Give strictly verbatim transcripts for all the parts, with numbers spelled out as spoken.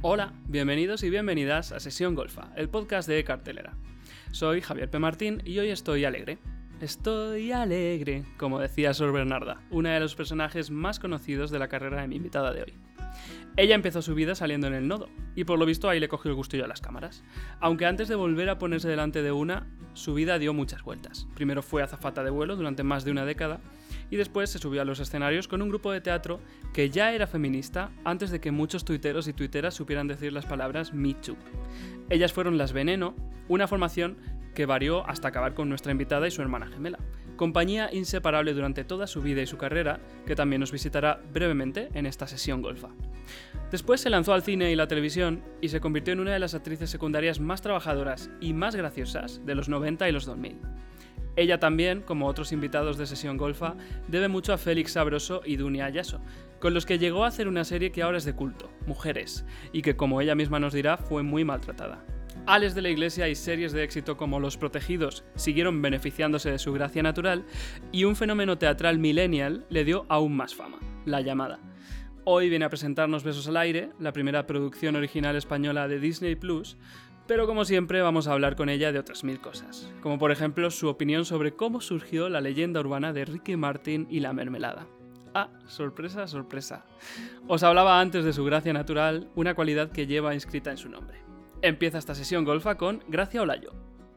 Hola, bienvenidos y bienvenidas a Sesión Golfa, el podcast de Cartelera. Soy Javier P. Martín y hoy estoy alegre. Estoy alegre, como decía Sor Bernarda, una de los personajes más conocidos de la carrera de mi invitada de hoy. Ella empezó su vida saliendo en el Nodo, y por lo visto ahí le cogió el gustillo a las cámaras. Aunque antes de volver a ponerse delante de una, su vida dio muchas vueltas. Primero fue azafata de vuelo durante más de una década, y después se subió a los escenarios con un grupo de teatro que ya era feminista antes de que muchos tuiteros y tuiteras supieran decir las palabras Me Too. Ellas fueron Las Veneno, una formación que varió hasta acabar con nuestra invitada y su hermana gemela. Compañía inseparable durante toda su vida y su carrera, que también nos visitará brevemente en esta sesión golfa. Después se lanzó al cine y la televisión y se convirtió en una de las actrices secundarias más trabajadoras y más graciosas de los noventa y los dos mil. Ella también, como otros invitados de Sesión Golfa, debe mucho a Félix Sabroso y Dunia Ayaso, con los que llegó a hacer una serie que ahora es de culto, Mujeres, y que, como ella misma nos dirá, fue muy maltratada. Ales de la Iglesia y series de éxito como Los Protegidos siguieron beneficiándose de su gracia natural, y un fenómeno teatral millennial le dio aún más fama, La Llamada. Hoy viene a presentarnos Besos al Aire, la primera producción original española de Disney plus, pero como siempre vamos a hablar con ella de otras mil cosas, como por ejemplo su opinión sobre cómo surgió la leyenda urbana de Ricky Martin y la mermelada. Ah, sorpresa, sorpresa. Os hablaba antes de su gracia natural, una cualidad que lleva inscrita en su nombre. Empieza esta sesión golfa con Gracia Olayo.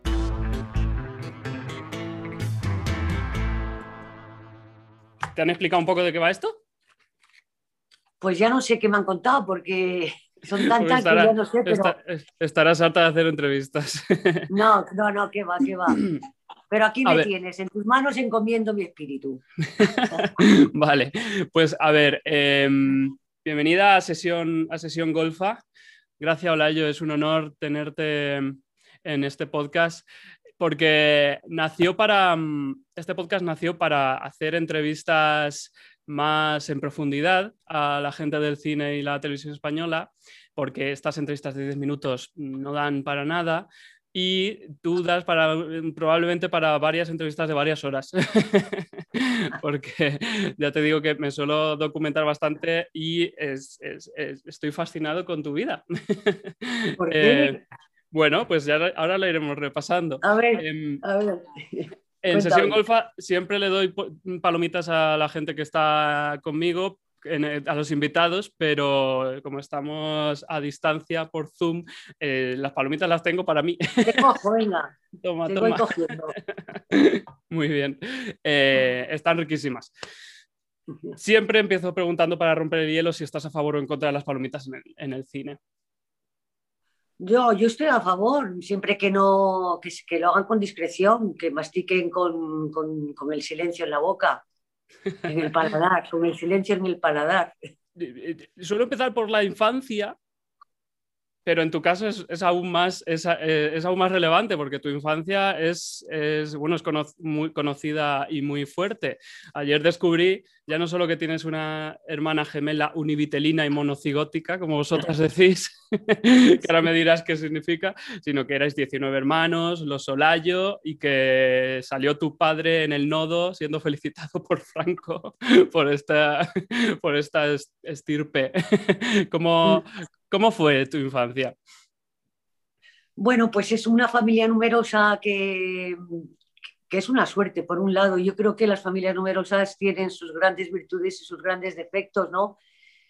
¿Te han explicado un poco de qué va esto? Pues ya no sé qué me han contado porque son tantas estará, que ya no sé, pero... Está, estarás harta de hacer entrevistas. No, no, no, qué va, qué va. Pero aquí a me ver. tienes, en tus manos encomiendo mi espíritu. Vale, pues a ver, eh, bienvenida a sesión, a sesión Golfa. Gracias, Olayo, es un honor tenerte en este podcast porque nació para, este podcast nació para hacer entrevistas más en profundidad a la gente del cine y la televisión española, porque estas entrevistas de diez minutos no dan para nada y tú das para, probablemente para varias entrevistas de varias horas, porque ya te digo que me suelo documentar bastante y es, es, es, estoy fascinado con tu vida. ¿Por qué? eh, bueno, pues ya ahora la iremos repasando. A ver, eh, a ver. En Sesión Golfa siempre le doy palomitas a la gente que está conmigo, a los invitados, pero como estamos a distancia por Zoom, eh, las palomitas las tengo para mí. Te cojo, venga. Toma, te toma. voy cogiendo. Muy bien. Eh, están riquísimas. Siempre empiezo preguntando para romper el hielo si estás a favor o en contra de las palomitas en el, en el cine. Yo, yo estoy a favor, siempre que no que, que lo hagan con discreción, que mastiquen con, con, con el silencio en la boca, en el paladar, con el silencio en el paladar. Suelo empezar por la infancia, pero en tu caso es, es, aún, más, es, es aún más relevante porque tu infancia es, es, bueno, es cono muy conocida y muy fuerte. Ayer descubrí ya no solo que tienes una hermana gemela univitelina y monocigótica, como vosotras decís, que ahora me dirás qué significa, sino que erais diecinueve hermanos, los Olayo, y que salió tu padre en el Nodo siendo felicitado por Franco por esta, por esta estirpe. ¿Cómo, ¿Cómo fue tu infancia? Bueno, pues es una familia numerosa que, que es una suerte, por un lado. Yo creo que las familias numerosas tienen sus grandes virtudes y sus grandes defectos, ¿no?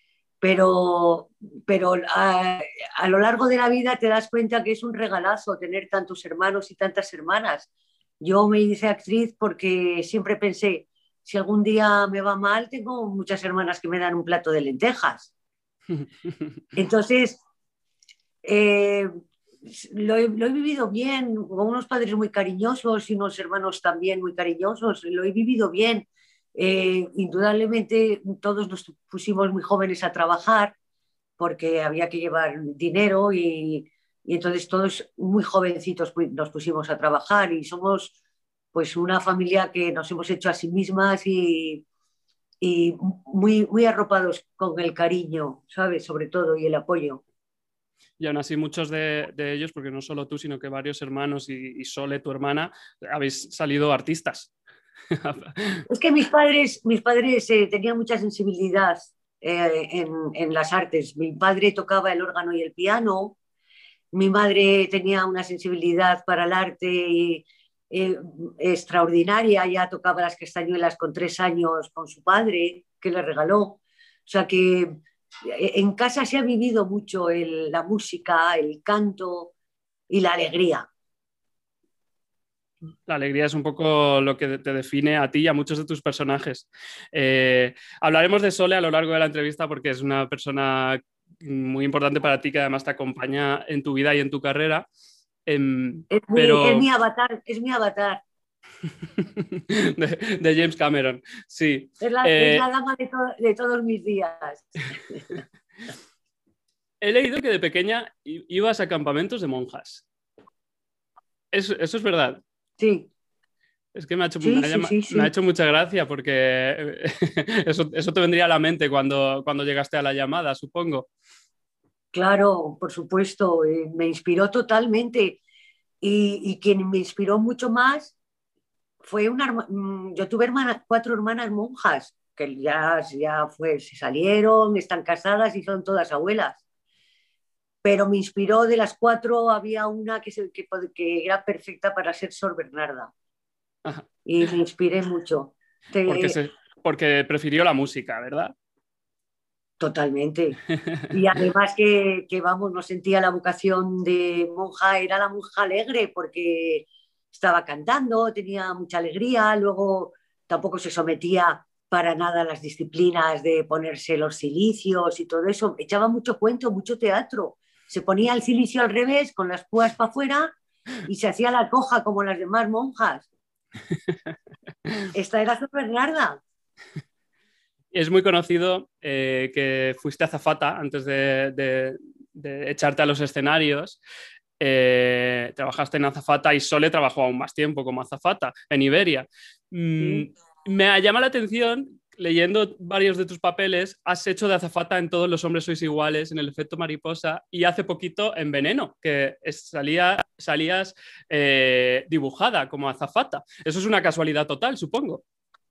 Pero, pero a, a lo largo de la vida te das cuenta que es un regalazo tener tantos hermanos y tantas hermanas. Yo me hice actriz porque siempre pensé, si algún día me va mal, tengo muchas hermanas que me dan un plato de lentejas. Entonces, eh, lo he, lo he vivido bien, con unos padres muy cariñosos y unos hermanos también muy cariñosos, lo he vivido bien. Eh, indudablemente todos nos pusimos muy jóvenes a trabajar porque había que llevar dinero y, y entonces todos muy jovencitos nos pusimos a trabajar y somos pues una familia que nos hemos hecho a sí mismas y, y muy, muy arropados con el cariño, ¿sabes? Sobre todo, y el apoyo. Y aún así muchos de, de ellos, porque no solo tú, sino que varios hermanos y, y Sole, tu hermana, habéis salido artistas. Es que mis padres, mis padres eh, tenían mucha sensibilidad eh, en, en las artes. Mi padre tocaba el órgano y el piano, mi madre tenía una sensibilidad para el arte y, eh, extraordinaria, ya tocaba las castañuelas con tres años con su padre, que le regaló. O sea que eh, en casa se ha vivido mucho el, la música, el canto y la alegría. La alegría es un poco lo que te define a ti y a muchos de tus personajes. Eh, hablaremos de Sole a lo largo de la entrevista porque es una persona muy importante para ti que además te acompaña en tu vida y en tu carrera. Eh, Es mi, es mi pero avatar, es mi avatar. de, de James Cameron, sí. Es la, es Eh, la dama de, to de todos mis días. he leído que de pequeña ibas a campamentos de monjas. Eso, eso es verdad. Sí. Es que me ha hecho, Sí, me ha, sí, llama, sí, me ha sí. hecho mucha gracia porque eso, eso te vendría a la mente cuando, cuando llegaste a la llamada, supongo. Claro, por supuesto, eh, me inspiró totalmente. Y, y quien me inspiró mucho más fue una hermana. Yo tuve hermana, cuatro hermanas monjas que ya, ya fue, se salieron, están casadas y son todas abuelas. Pero me inspiró de las cuatro, había una que, se, que, que era perfecta para ser Sor Bernarda. Ajá. Y me inspiré mucho. Porque, Te, se, porque prefirió la música, ¿verdad? Totalmente. Y además que, que, vamos, no sentía la vocación de monja, era la monja alegre porque estaba cantando, tenía mucha alegría, luego tampoco se sometía para nada a las disciplinas de ponerse los cilicios y todo eso, echaba mucho cuento, mucho teatro, se ponía el cilicio al revés, con las púas para afuera y se hacía la coja como las demás monjas. Esta era Sor Bernarda. Es muy conocido eh, que fuiste azafata antes de, de, de echarte a los escenarios. Eh, trabajaste en azafata y Sole trabajó aún más tiempo como azafata en Iberia. Mm, ¿Sí? me llama la atención, leyendo varios de tus papeles, has hecho de azafata en Todos los hombres sois iguales, en El efecto mariposa y hace poquito en Veneno, que es, salía, salías eh, dibujada como azafata. Eso es una casualidad total, supongo.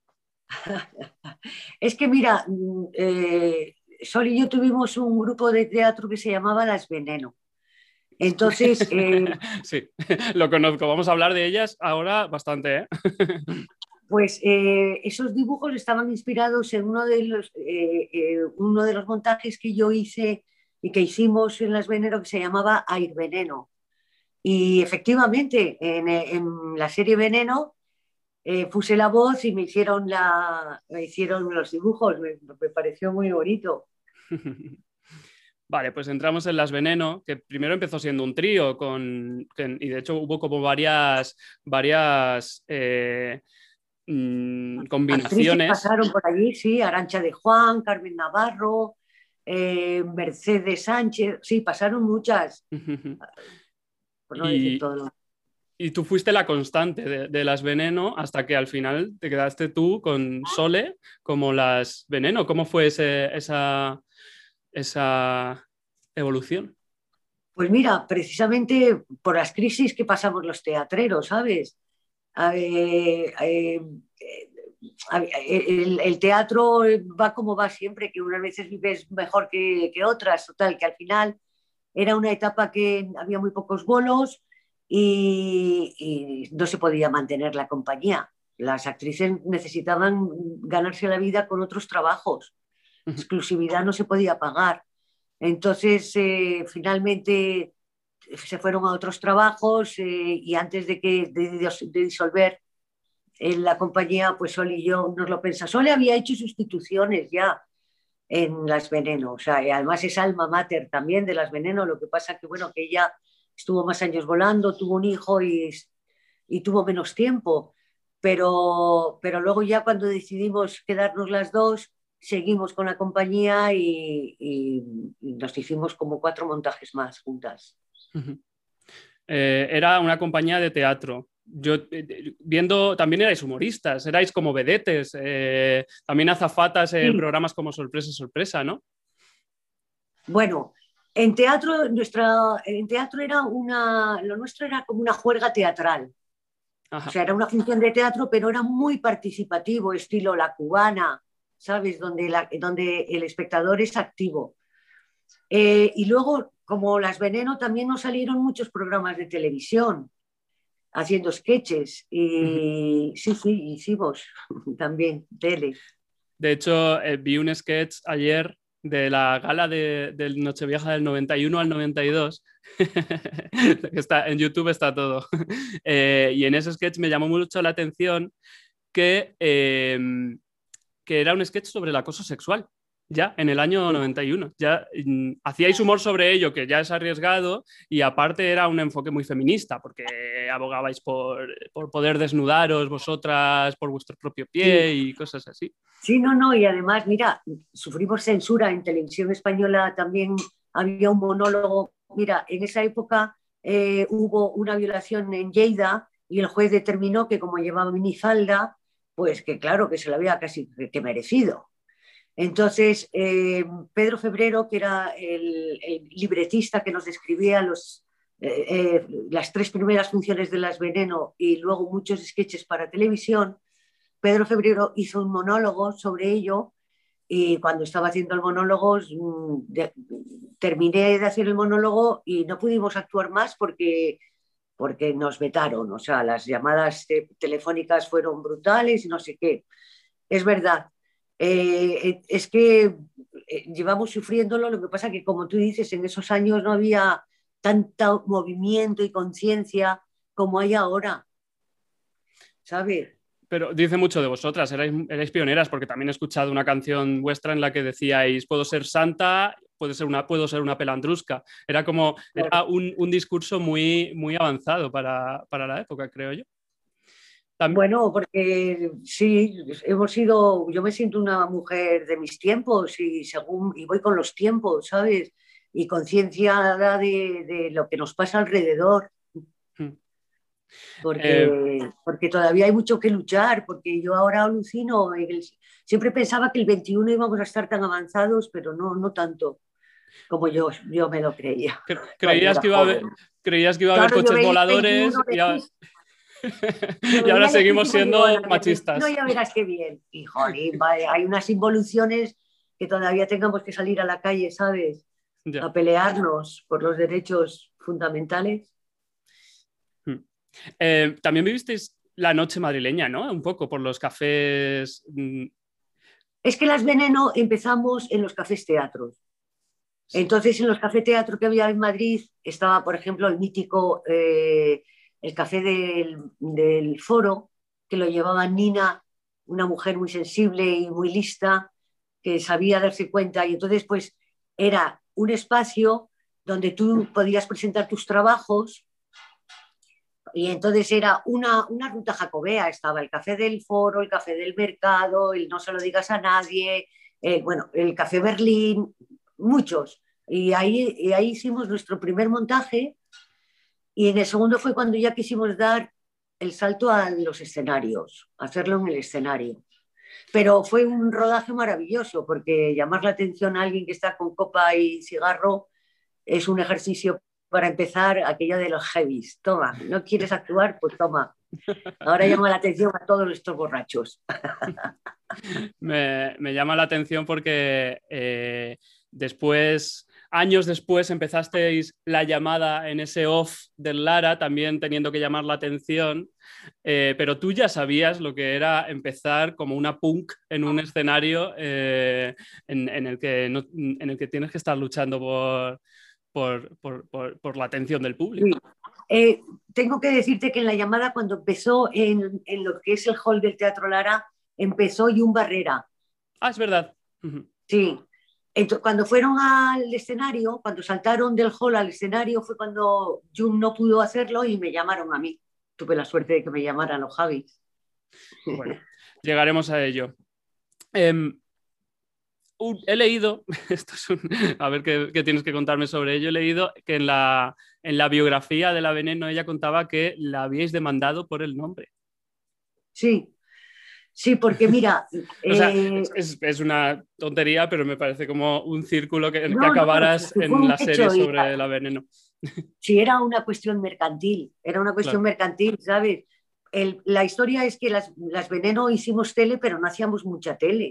Es que mira, mm, eh, Sol y yo tuvimos un grupo de teatro que se llamaba Las Veneno. Entonces, eh, Sí, lo conozco. Vamos a hablar de ellas ahora bastante, ¿eh? pues eh, esos dibujos estaban inspirados en uno de los, eh, eh, uno de los montajes que yo hice y que hicimos en Las Veneno que se llamaba Air Veneno. Y efectivamente, en, en la serie Veneno eh, puse la voz y me hicieron, la, me hicieron los dibujos, me, me pareció muy bonito. Vale, pues entramos en Las Veneno, que primero empezó siendo un trío con, con, y de hecho hubo como varias, varias eh, mmm, Actrices combinaciones. pasaron por allí, sí, Arancha de Juan, Carmen Navarro, eh, Mercedes Sánchez, sí, pasaron muchas, por no decir y, todo lo. y tú fuiste la constante de, de, Las Veneno hasta que al final te quedaste tú con Sole como Las Veneno. ¿Cómo fue ese, esa, esa evolución? Pues mira, precisamente por las crisis que pasamos los teatreros, ¿sabes? Eh, eh, el, el, teatro va como va siempre, que unas veces vives mejor que, que otras, total, que al final era una etapa que había muy pocos bolos y, y no se podía mantener la compañía. Las actrices necesitaban ganarse la vida con otros trabajos. Exclusividad no se podía pagar. Entonces, eh, finalmente se fueron a otros trabajos eh, y antes de, que, de, de disolver en la compañía, pues Sol y yo nos lo pensamos. Sol había hecho sustituciones ya en Las Veneno, o sea, y además es alma mater también de Las Veneno, lo que pasa que, bueno, que ella estuvo más años volando, tuvo un hijo y, y tuvo menos tiempo, pero, pero luego ya cuando decidimos quedarnos las dos, seguimos con la compañía y, y, y nos hicimos como cuatro montajes más juntas. Eh, era una compañía de teatro. Yo eh, viendo, también erais humoristas, erais como vedetes, eh, también azafatas en Sí. programas como Sorpresa, Sorpresa, ¿no? Bueno, en teatro, nuestra, en teatro era una, lo nuestro era como una juerga teatral. Ajá. O sea, era una función de teatro, pero era muy participativo, estilo La Cubana, ¿sabes? Donde, la, donde el espectador es activo. Eh, y luego, como Las Veneno, también nos salieron muchos programas de televisión haciendo sketches. Y sí, sí, hicimos también tele. De hecho, eh, vi un sketch ayer de la gala de, del Nochevieja del noventa y uno al noventa y dos. Está, en YouTube está todo. Eh, y en ese sketch me llamó mucho la atención que, eh, que era un sketch sobre el acoso sexual. Ya en el año noventa y uno. Ya mm, hacíais humor sobre ello, que ya es arriesgado, y aparte era un enfoque muy feminista, porque abogabais por, por poder desnudaros vosotras por vuestro propio pie Sí. y cosas así. Sí, no, no, y además, mira, sufrimos censura en televisión española, también había un monólogo. Mira, en esa época eh, hubo una violación en Lleida y el juez determinó que como llevaba minifalda, pues que claro, que se lo había casi que merecido. Entonces, eh, Pedro Febrero, que era el, el libretista que nos escribía los, eh, eh, las tres primeras funciones de Las Veneno y luego muchos sketches para televisión, Pedro Febrero hizo un monólogo sobre ello y cuando estaba haciendo el monólogo, de, terminé de hacer el monólogo y no pudimos actuar más porque, porque nos vetaron. O sea, las llamadas te, telefónicas fueron brutales y no sé qué. Es verdad. Eh, es que eh, llevamos sufriéndolo, lo que pasa que, como tú dices, en esos años no había tanto movimiento y conciencia como hay ahora, ¿sabes? Pero dice mucho de vosotras, erais, erais pioneras, porque también he escuchado una canción vuestra en la que decíais, puedo ser santa, puedo ser una, puedo ser una pelandrusca. Era como, era un, un discurso muy, muy avanzado para, para la época, creo yo. También... Bueno, porque sí, hemos sido, yo me siento una mujer de mis tiempos y según y voy con los tiempos, ¿sabes? Y concienciada de, de lo que nos pasa alrededor. Porque, Eh, porque todavía hay mucho que luchar, porque yo ahora alucino, el, siempre pensaba que el veintiuno íbamos a estar tan avanzados, pero no, no tanto como yo, yo me lo creía cre cuando creías, era que iba a haber, joven. creías que iba a haber Claro, yo coches veía el voladores veintiuno y, a... decís, yo y ahora veía el seguimos veintiuno y digo, bueno, siendo el veintiuno machistas. ya verás qué bien. Y jolín, vale, hay unas involuciones que todavía tengamos que salir a la calle, ¿sabes? Ya. A pelearnos por los derechos fundamentales. Eh, también vivisteis la noche madrileña, ¿no? Un poco por los cafés. Es que Las Veneno empezamos en los cafés teatros. Sí. Entonces, en los cafés teatro que había en Madrid estaba, por ejemplo, el mítico eh, el café del, del Foro, que lo llevaba Nina, una mujer muy sensible y muy lista, que sabía darse cuenta. Y entonces, pues, era un espacio donde tú podías presentar tus trabajos. Y entonces era una, una ruta jacobea, estaba el café del Foro, el café del Mercado, el No se lo digas a nadie, eh, bueno, el café Berlín, muchos. Y ahí, y ahí hicimos nuestro primer montaje y en el segundo fue cuando ya quisimos dar el salto a los escenarios, hacerlo en el escenario. Pero fue un rodaje maravilloso porque llamar la atención a alguien que está con copa y cigarro es un ejercicio para empezar aquello de los heavies. Toma, ¿no quieres actuar? Pues toma. Ahora llama la atención a todos estos borrachos. me, me llama la atención porque eh, después, años después, empezasteis la llamada en ese off del Lara, también teniendo que llamar la atención, eh, pero tú ya sabías lo que era empezar como una punk en un escenario eh, en, en, el que no, en el que tienes que estar luchando por, por, por, por, por la atención del público. Sí. Eh, tengo que decirte que en la llamada, cuando empezó en, en lo que es el hall del Teatro Lara, empezó Jun Barrera. Ah, es verdad. Uh-huh. Sí. Entonces, cuando fueron al escenario, cuando saltaron del hall al escenario, fue cuando Jun no pudo hacerlo y me llamaron a mí. Tuve la suerte de que me llamaran los Javis. Bueno, llegaremos a ello. Eh, un, he leído, esto es un, a ver qué, qué tienes que contarme sobre ello, he leído que en la, en la biografía de La Veneno ella contaba que la habíais demandado por el nombre. Sí, sí, porque mira... O sea, eh, es, es, una tontería, pero me parece como un círculo que, no, que no, acabaras fue en un la serie hecho. Y, sobre La Veneno. si era una cuestión mercantil, era una cuestión Claro. mercantil, ¿sabes? El, la historia es que las, las Veneno hicimos tele, pero no hacíamos mucha tele.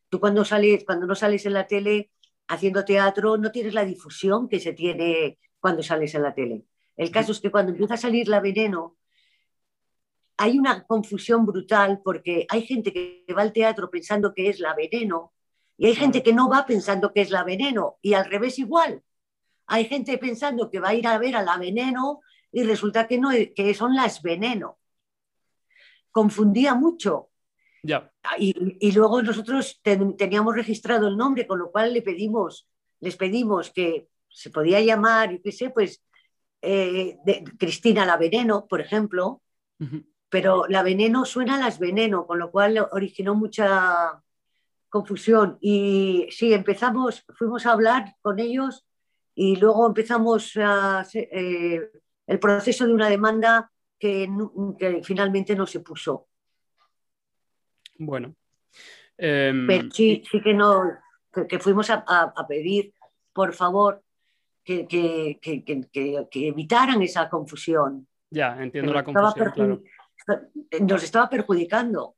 Tú cuando sales, cuando no sales en la tele haciendo teatro, no tienes la difusión que se tiene cuando sales en la tele. El caso es que cuando empieza a salir la Veneno, hay una confusión brutal porque hay gente que va al teatro pensando que es la Veneno y hay gente que no va pensando que es la Veneno y al revés igual. Hay gente pensando que va a ir a ver a la Veneno y resulta que no, que son las Veneno. Confundía mucho. Ya. Y, y luego nosotros ten, teníamos registrado el nombre, con lo cual le pedimos, les pedimos que se podía llamar, yo qué sé, pues eh, de, Cristina la Veneno, por ejemplo, uh-huh. Pero la Veneno suena a las Veneno, con lo cual originó mucha confusión. Y sí, empezamos, fuimos a hablar con ellos y luego empezamos a, eh, el proceso de una demanda que, que finalmente no se puso. Bueno. Eh, Pero sí, sí que, no, que, que fuimos a, a, a pedir, por favor, que, que, que, que, que evitaran esa confusión. Ya, entiendo la confusión, claro. Nos estaba perjudicando.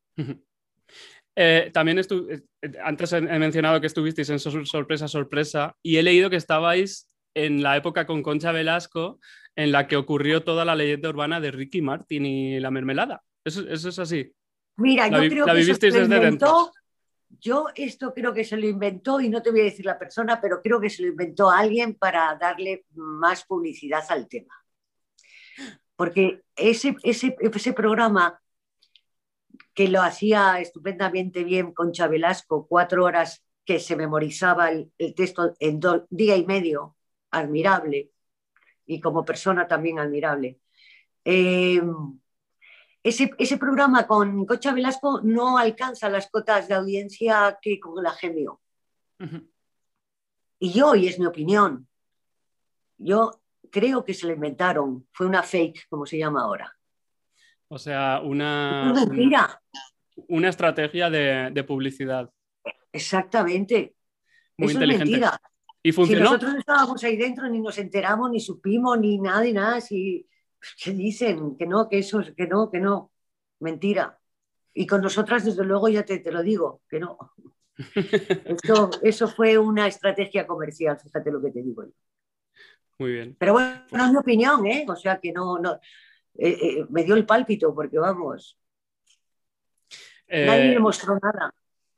Eh, también estu antes he mencionado que estuvisteis en Sorpresa, Sorpresa, y he leído que estabais en la época con Concha Velasco, en la que ocurrió toda la leyenda urbana de Ricky Martin y la mermelada. ¿Eso, eso es así? Mira, la yo creo la que vivisteis eso se desde inventó, dentro. yo esto creo que se lo inventó, y no te voy a decir la persona, pero creo que se lo inventó alguien para darle más publicidad al tema. Porque ese, ese, ese programa que lo hacía estupendamente bien Concha Velasco, cuatro horas que se memorizaba el, el texto en do, día y medio, admirable, y como persona también admirable. Eh, ese, ese programa con Concha Velasco no alcanza las cotas de audiencia que con la Gemio. Uh-huh. Y yo, y es mi opinión, yo creo que se lo inventaron, fue una fake, como se llama ahora. O sea, una, es mentira. Una, una estrategia de, de publicidad. Exactamente. Muy Eso inteligente. Es mentira. ¿Y funcionó? Si nosotros estábamos ahí dentro, ni nos enteramos, ni supimos, ni nada, ni nada. Si, ¿qué dicen? Que no, que eso, que no, que no. Mentira. Y con nosotras, desde luego, ya te, te lo digo, que no. Eso, eso fue una estrategia comercial, fíjate lo que te digo yo. Muy bien. Pero bueno, no es mi opinión, ¿eh? O sea que no, no eh, eh, me dio el pálpito, porque vamos, eh... nadie me mostró nada.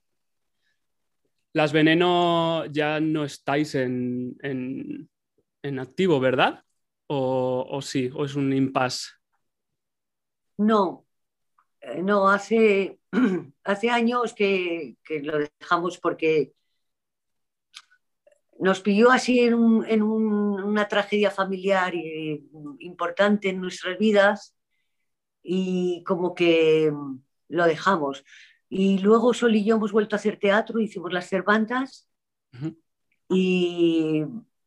Las Veneno ya no estáis en, en, en activo, ¿verdad? O, o sí, o es un impasse. No, eh, no, hace, hace años que, que lo dejamos porque nos pilló así en, un, en un, una tragedia familiar y, importante en nuestras vidas y como que lo dejamos. Y luego Sol y yo hemos vuelto a hacer teatro, hicimos las Cervantas. Uh-huh. y,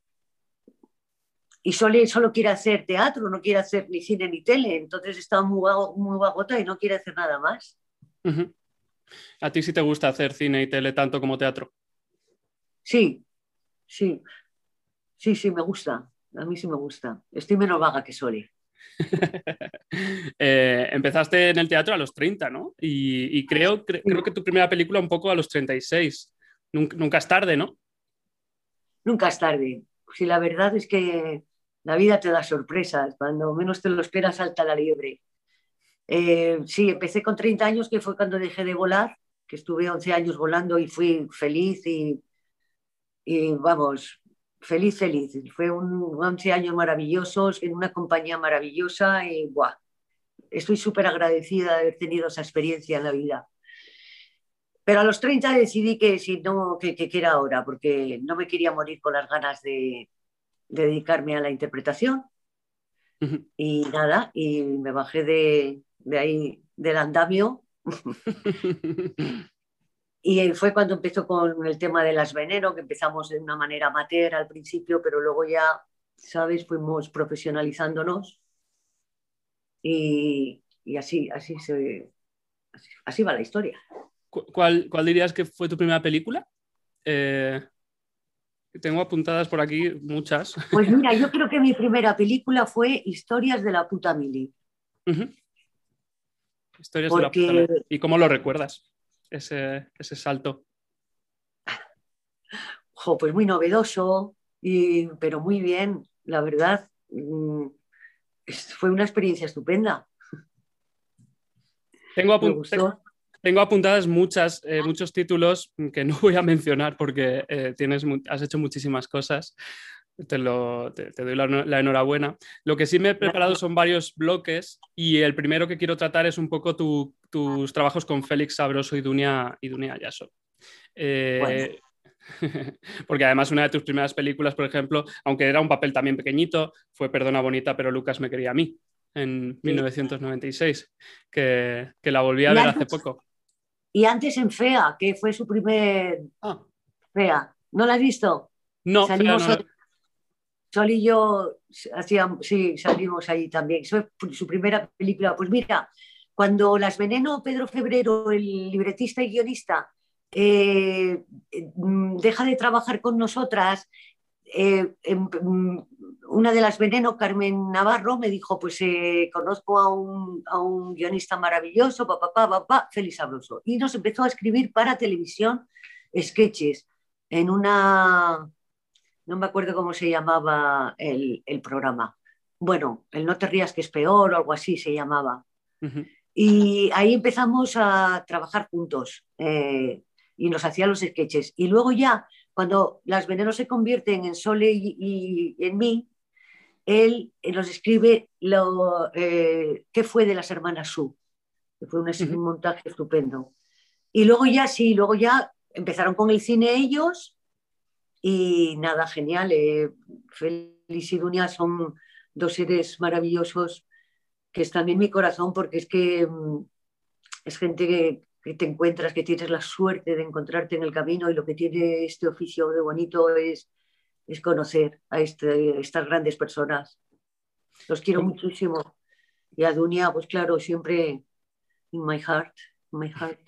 y Sol solo quiere hacer teatro, no quiere hacer ni cine ni tele, entonces está muy, muy vagota y no quiere hacer nada más. Uh-huh. ¿A ti sí te gusta hacer cine y tele tanto como teatro? Sí, sí, sí, sí, me gusta. A mí sí me gusta. Estoy menos vaga que Soli. eh, empezaste en el teatro a los treinta, ¿no? Y, y creo, cre creo que tu primera película un poco a los treinta y seis. Nunca, nunca es tarde, ¿no? Nunca es tarde. Si la verdad es que la vida te da sorpresas. Cuando menos te lo esperas, salta la liebre. Eh, sí, empecé con treinta años, que fue cuando dejé de volar, que estuve once años volando y fui feliz y, y vamos, feliz, feliz. Fue un once años maravillosos en una compañía maravillosa y ¡buah! Estoy súper agradecida de haber tenido esa experiencia en la vida. Pero a los treinta decidí que si no, que, que, que era ahora, porque no me quería morir con las ganas de, de dedicarme a la interpretación. Uh-huh. Y nada, y me bajé de, de ahí, del andamio. Y fue cuando empezó con el tema de las Veneno, que empezamos de una manera amateur al principio, pero luego ya, ¿sabes? Fuimos profesionalizándonos. Y, y así, así, se, así, así va la historia. ¿Cuál, ¿Cuál dirías que fue tu primera película? Eh, tengo apuntadas por aquí muchas. Pues mira, yo creo que mi primera película fue Historias de la puta mili. Uh-huh. Historias Porque... de la puta mili. ¿Y cómo lo recuerdas? Ese, ese salto. jo, pues muy novedoso, y, pero muy bien, la verdad. Mm, es- fue una experiencia estupenda, Tengo, me apun- te- gustó. tengo apuntadas muchas, eh, muchos títulos que no voy a mencionar porque eh, tienes, mu- has hecho muchísimas cosas. Te, lo, te, te doy la, la enhorabuena. Lo que sí me he preparado son varios bloques y el primero que quiero tratar es un poco tu- tus trabajos con Félix Sabroso y Dunia, y Dunia Ayaso. Bueno, Eh, porque además una de tus primeras películas, por ejemplo, aunque era un papel también pequeñito, fue Perdona Bonita, pero Lucas me quería a mí, en sí. mil novecientos noventa y seis, que, que la volví a Y ver hace antes, poco. y antes en Fea, que fue su primer Ah, Fea. ¿No la has visto? no, fea, Salimos no, no. Sol, Sol y yo, hacíamos, sí, salimos allí también. Fue su primera película. Pues mira, cuando Las Veneno, Pedro Febrero, el libretista y guionista, eh, eh, deja de trabajar con nosotras, eh, em, mm, una de Las Veneno, Carmen Navarro, me dijo, pues eh, conozco a un, a un guionista maravilloso, papá, papá, papá, Félix Sabroso. Y nos empezó a escribir para televisión sketches en una, no me acuerdo cómo se llamaba el, el programa. Bueno, el No te rías que es peor o algo así se llamaba. Ujú. Y ahí empezamos a trabajar juntos eh, y nos hacía los sketches. Y luego ya, cuando Las Venenos se convierten en Sole y, y en mí, él nos escribe lo, eh, qué fue de las hermanas Su, que fue un, Ujú. un montaje estupendo. Y luego ya, sí, luego ya empezaron con el cine ellos y nada, genial. Eh, Félix y Dunia son dos seres maravillosos que están en mi corazón porque es que mm, es gente que, que, te encuentras, que tienes la suerte de encontrarte en el camino y lo que tiene este oficio de bonito es, es conocer a este, estas grandes personas. Los quiero ¿Cómo, muchísimo. Y a Dunia, pues claro, siempre in my heart, in my heart.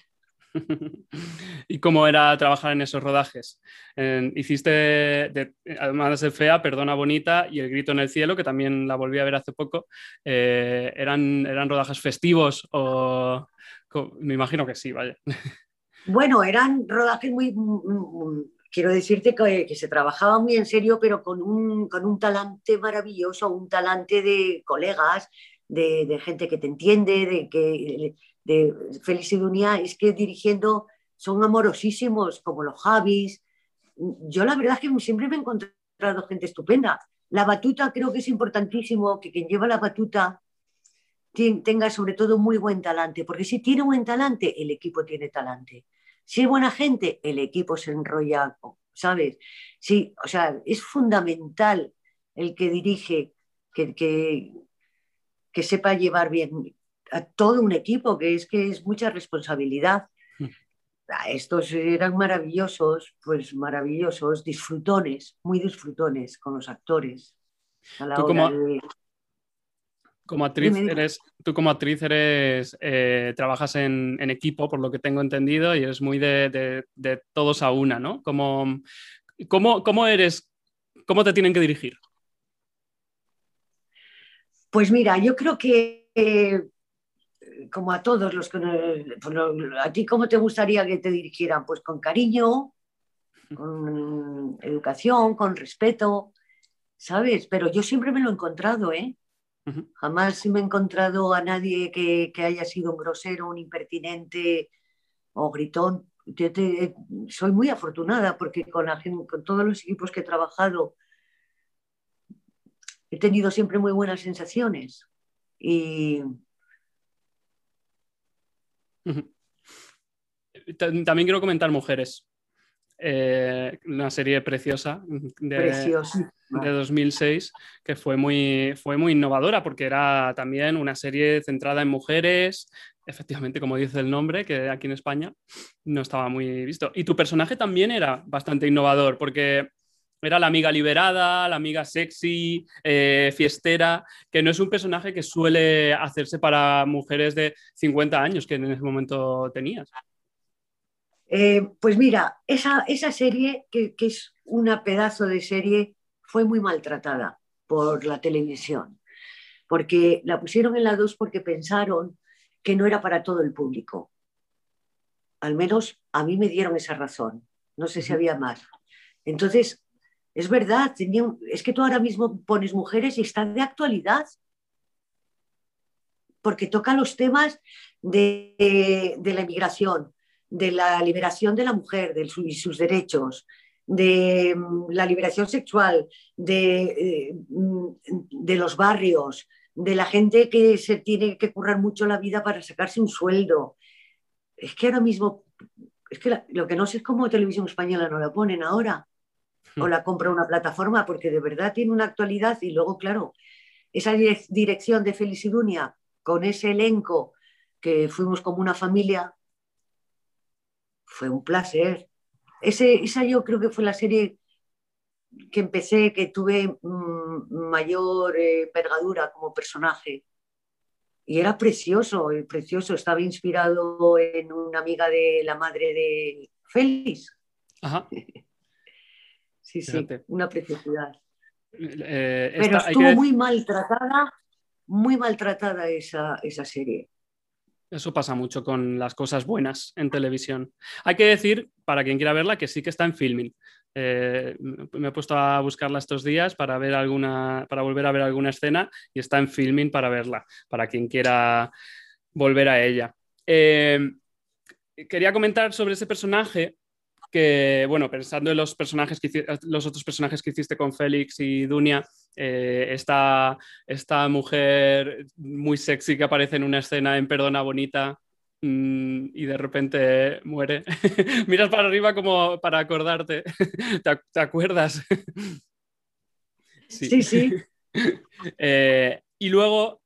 ¿Y cómo era trabajar en esos rodajes? Eh, hiciste, de, además de Fea, Perdona Bonita y El Grito en el Cielo, que también la volví a ver hace poco. Eh, ¿eran, ¿Eran rodajes festivos o...? Me imagino que sí, vaya. Bueno, eran rodajes muy, mm, quiero decirte que, que, se trabajaba muy en serio, pero con un, con un talante maravilloso, un talante de colegas, de, de gente que te entiende, de que de Félix y Dunia, es que dirigiendo son amorosísimos, como los Javis. Yo la verdad es que siempre me he encontrado gente estupenda. La batuta creo que es importantísimo, que quien lleva la batuta tenga sobre todo muy buen talante, porque si tiene buen talante, el equipo tiene talante. Si es buena gente, el equipo se enrolla, ¿sabes? Sí, o sea, es fundamental el que dirige, que, que, que sepa llevar bien a todo un equipo, que es que es mucha responsabilidad. Estos eran maravillosos, pues maravillosos, disfrutones, muy disfrutones con los actores a la Tú hora como, de... como Dime, actriz dime. eres, tú como actriz eres, eh, trabajas en, en, equipo, por lo que tengo entendido, y eres muy de, de, de todos a una, ¿no? ¿Cómo, cómo, cómo eres, cómo te tienen que dirigir? Pues mira, yo creo que eh, como a todos los que pues, a ti cómo te gustaría que te dirigieran, pues con cariño, con educación, con respeto, ¿sabes? Pero yo siempre me lo he encontrado, ¿eh? Uh-huh. Jamás me he encontrado a nadie que, que haya sido un grosero, un impertinente o gritón. Yo te, soy muy afortunada porque con, la, con todos los equipos que he trabajado he tenido siempre muy buenas sensaciones. Y Uh-huh. También quiero comentar Mujeres, eh, una serie preciosa de, precioso. de dos mil seis que fue muy, fue muy innovadora porque era también una serie centrada en mujeres, efectivamente, como dice el nombre, que aquí en España no estaba muy visto. Y tu personaje también era bastante innovador porque era la amiga liberada, la amiga sexy, eh, fiestera, que no es un personaje que suele hacerse para mujeres de cincuenta años que en ese momento tenías. Eh, pues mira, esa, esa serie, que, que, es una pedazo de serie, fue muy maltratada por la televisión, porque la pusieron en la dos porque pensaron que no era para todo el público. Al menos a mí me dieron esa razón. No sé si había más. Entonces, es verdad, tenía un- es que tú ahora mismo pones mujeres y están de actualidad, porque toca los temas de, de, de la inmigración, de la liberación de la mujer, de su, y sus derechos, de mm, la liberación sexual, de, eh, mm, de los barrios, de la gente que se tiene que currar mucho la vida para sacarse un sueldo. Es que ahora mismo, es que la- lo que no sé es cómo Televisión Española no la ponen ahora o la compra una plataforma, porque de verdad tiene una actualidad y luego, claro, esa direc- dirección de Félix y Dunia con ese elenco que fuimos como una familia, fue un placer. Ese, esa yo creo que fue la serie que empecé, que tuve mm, mayor eh, envergadura como personaje. Y era precioso, eh, precioso. Estaba inspirado en una amiga de la madre de Félix. Ajá, Sí, sí, fíjate. una preciosidad. Eh, Pero esta, hay que estuvo decir, muy maltratada, muy maltratada esa, esa serie. eso pasa mucho con las cosas buenas en televisión. Hay que decir, para quien quiera verla, que sí que está en Filmin. Eh, me he puesto a buscarla estos días para ver alguna, para volver a ver alguna escena y está en Filmin para verla, para quien quiera volver a ella. Eh, Quería comentar sobre ese personaje que, bueno, pensando en los personajes que los otros personajes que hiciste con Félix y Dunia, eh, esta, esta mujer muy sexy que aparece en una escena en Perdona Bonita mmm, y de repente muere. Miras para arriba como para acordarte. ¿Te, te acuerdas? Sí. Sí, sí. Eh, y luego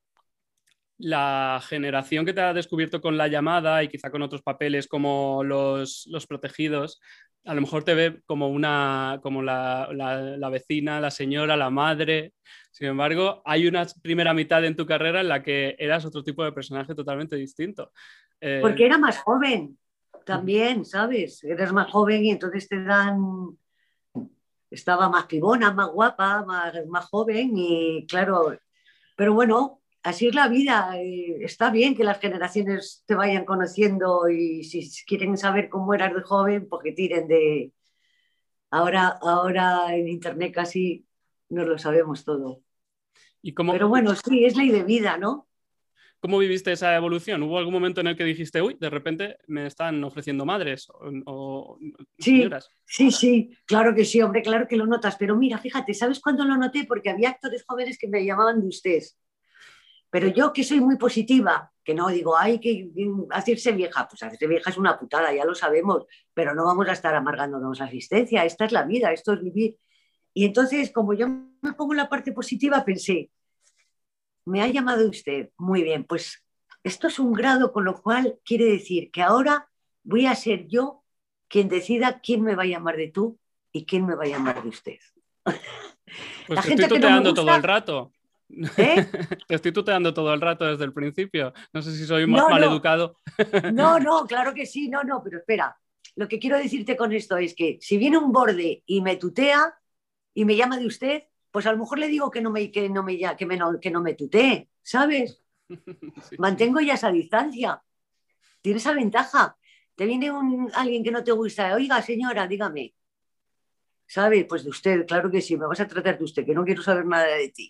la generación que te ha descubierto con La Llamada y quizá con otros papeles como Los, los Protegidos, a lo mejor te ve como una como la, la, la vecina, la señora, la madre. Sin embargo, hay una primera mitad en tu carrera en la que eras otro tipo de personaje totalmente distinto. Eh, Porque era más joven también, ¿sabes? Eres más joven y entonces te dan, estaba más pibona, más guapa, más, más joven y claro, pero bueno, así es la vida. eh, Está bien que las generaciones te vayan conociendo y si quieren saber cómo eras de joven, pues que tiren de... Ahora, ahora en internet casi nos lo sabemos todo. ¿Y cómo, Pero bueno, sí, es ley de vida, ¿no? cómo viviste esa evolución? ¿Hubo algún momento en el que dijiste, uy, de repente me están ofreciendo madres o, o Sí, señoras? sí, sí, claro que sí, hombre, claro que lo notas. Pero mira, fíjate, ¿sabes cuándo lo noté? Porque había actores jóvenes que me llamaban de usted. Pero yo que soy muy positiva, que no digo, hay que hacerse vieja, pues hacerse vieja es una putada, ya lo sabemos, pero no vamos a estar amargándonos la existencia, esta es la vida, esto es vivir. Y entonces, como yo me pongo en la parte positiva, pensé, me ha llamado usted, muy bien, pues esto es un grado, con lo cual quiere decir que ahora voy a ser yo quien decida quién me va a llamar de tú y quién me va a llamar de usted. Pues La te estoy gente que no me tuteando todo el gusta, rato. ¿eh? Te estoy tuteando todo el rato desde el principio. No sé si soy No, mal no, educado. no, no, claro que sí, no, no, pero espera. Lo que quiero decirte con esto es que si viene un borde y me tutea y me llama de usted, pues a lo mejor le digo que no me, que no me, que me, no, que no me tutee, ¿sabes? Sí, sí. Mantengo ya esa distancia. Tiene esa ventaja. Te viene un, alguien que no te gusta, oiga, señora, dígame, ¿sabe? Pues de usted, claro que sí, me vas a tratar de usted, que no quiero saber nada de ti.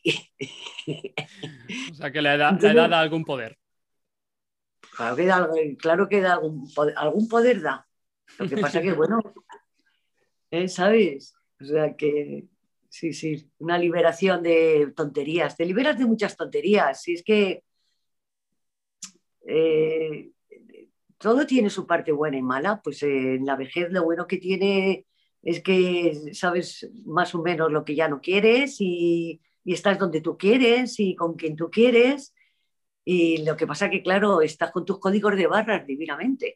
O sea que la edad, la edad Entonces, da algún poder. claro que da, claro que da algún, poder, algún poder da. Lo que pasa que, bueno, ¿eh? ¿Sabes? O sea que, sí, sí, una liberación de tonterías. Te liberas de muchas tonterías. Si es que eh, todo tiene su parte buena y mala, pues eh, en la vejez lo bueno que tiene es que sabes más o menos lo que ya no quieres y, y estás donde tú quieres y con quien tú quieres. Y lo que pasa que, claro, estás con tus códigos de barras divinamente.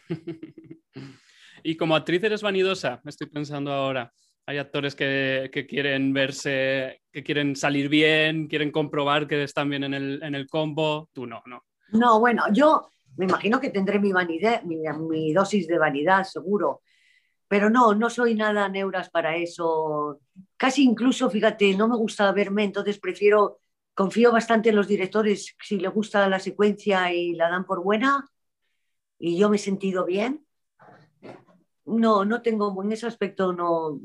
Y como actriz eres vanidosa, me estoy pensando ahora. Hay actores que, que quieren verse, que quieren salir bien, quieren comprobar que están bien en el, en el combo. Tú no, no. No, bueno, yo me imagino que tendré mi vanidad, mi, mi dosis de vanidad, seguro. Pero no, no soy nada neuras para eso. Casi incluso, fíjate, no me gusta verme, entonces prefiero, confío bastante en los directores, si les gusta la secuencia y la dan por buena y yo me he sentido bien. No, no tengo, en ese aspecto no,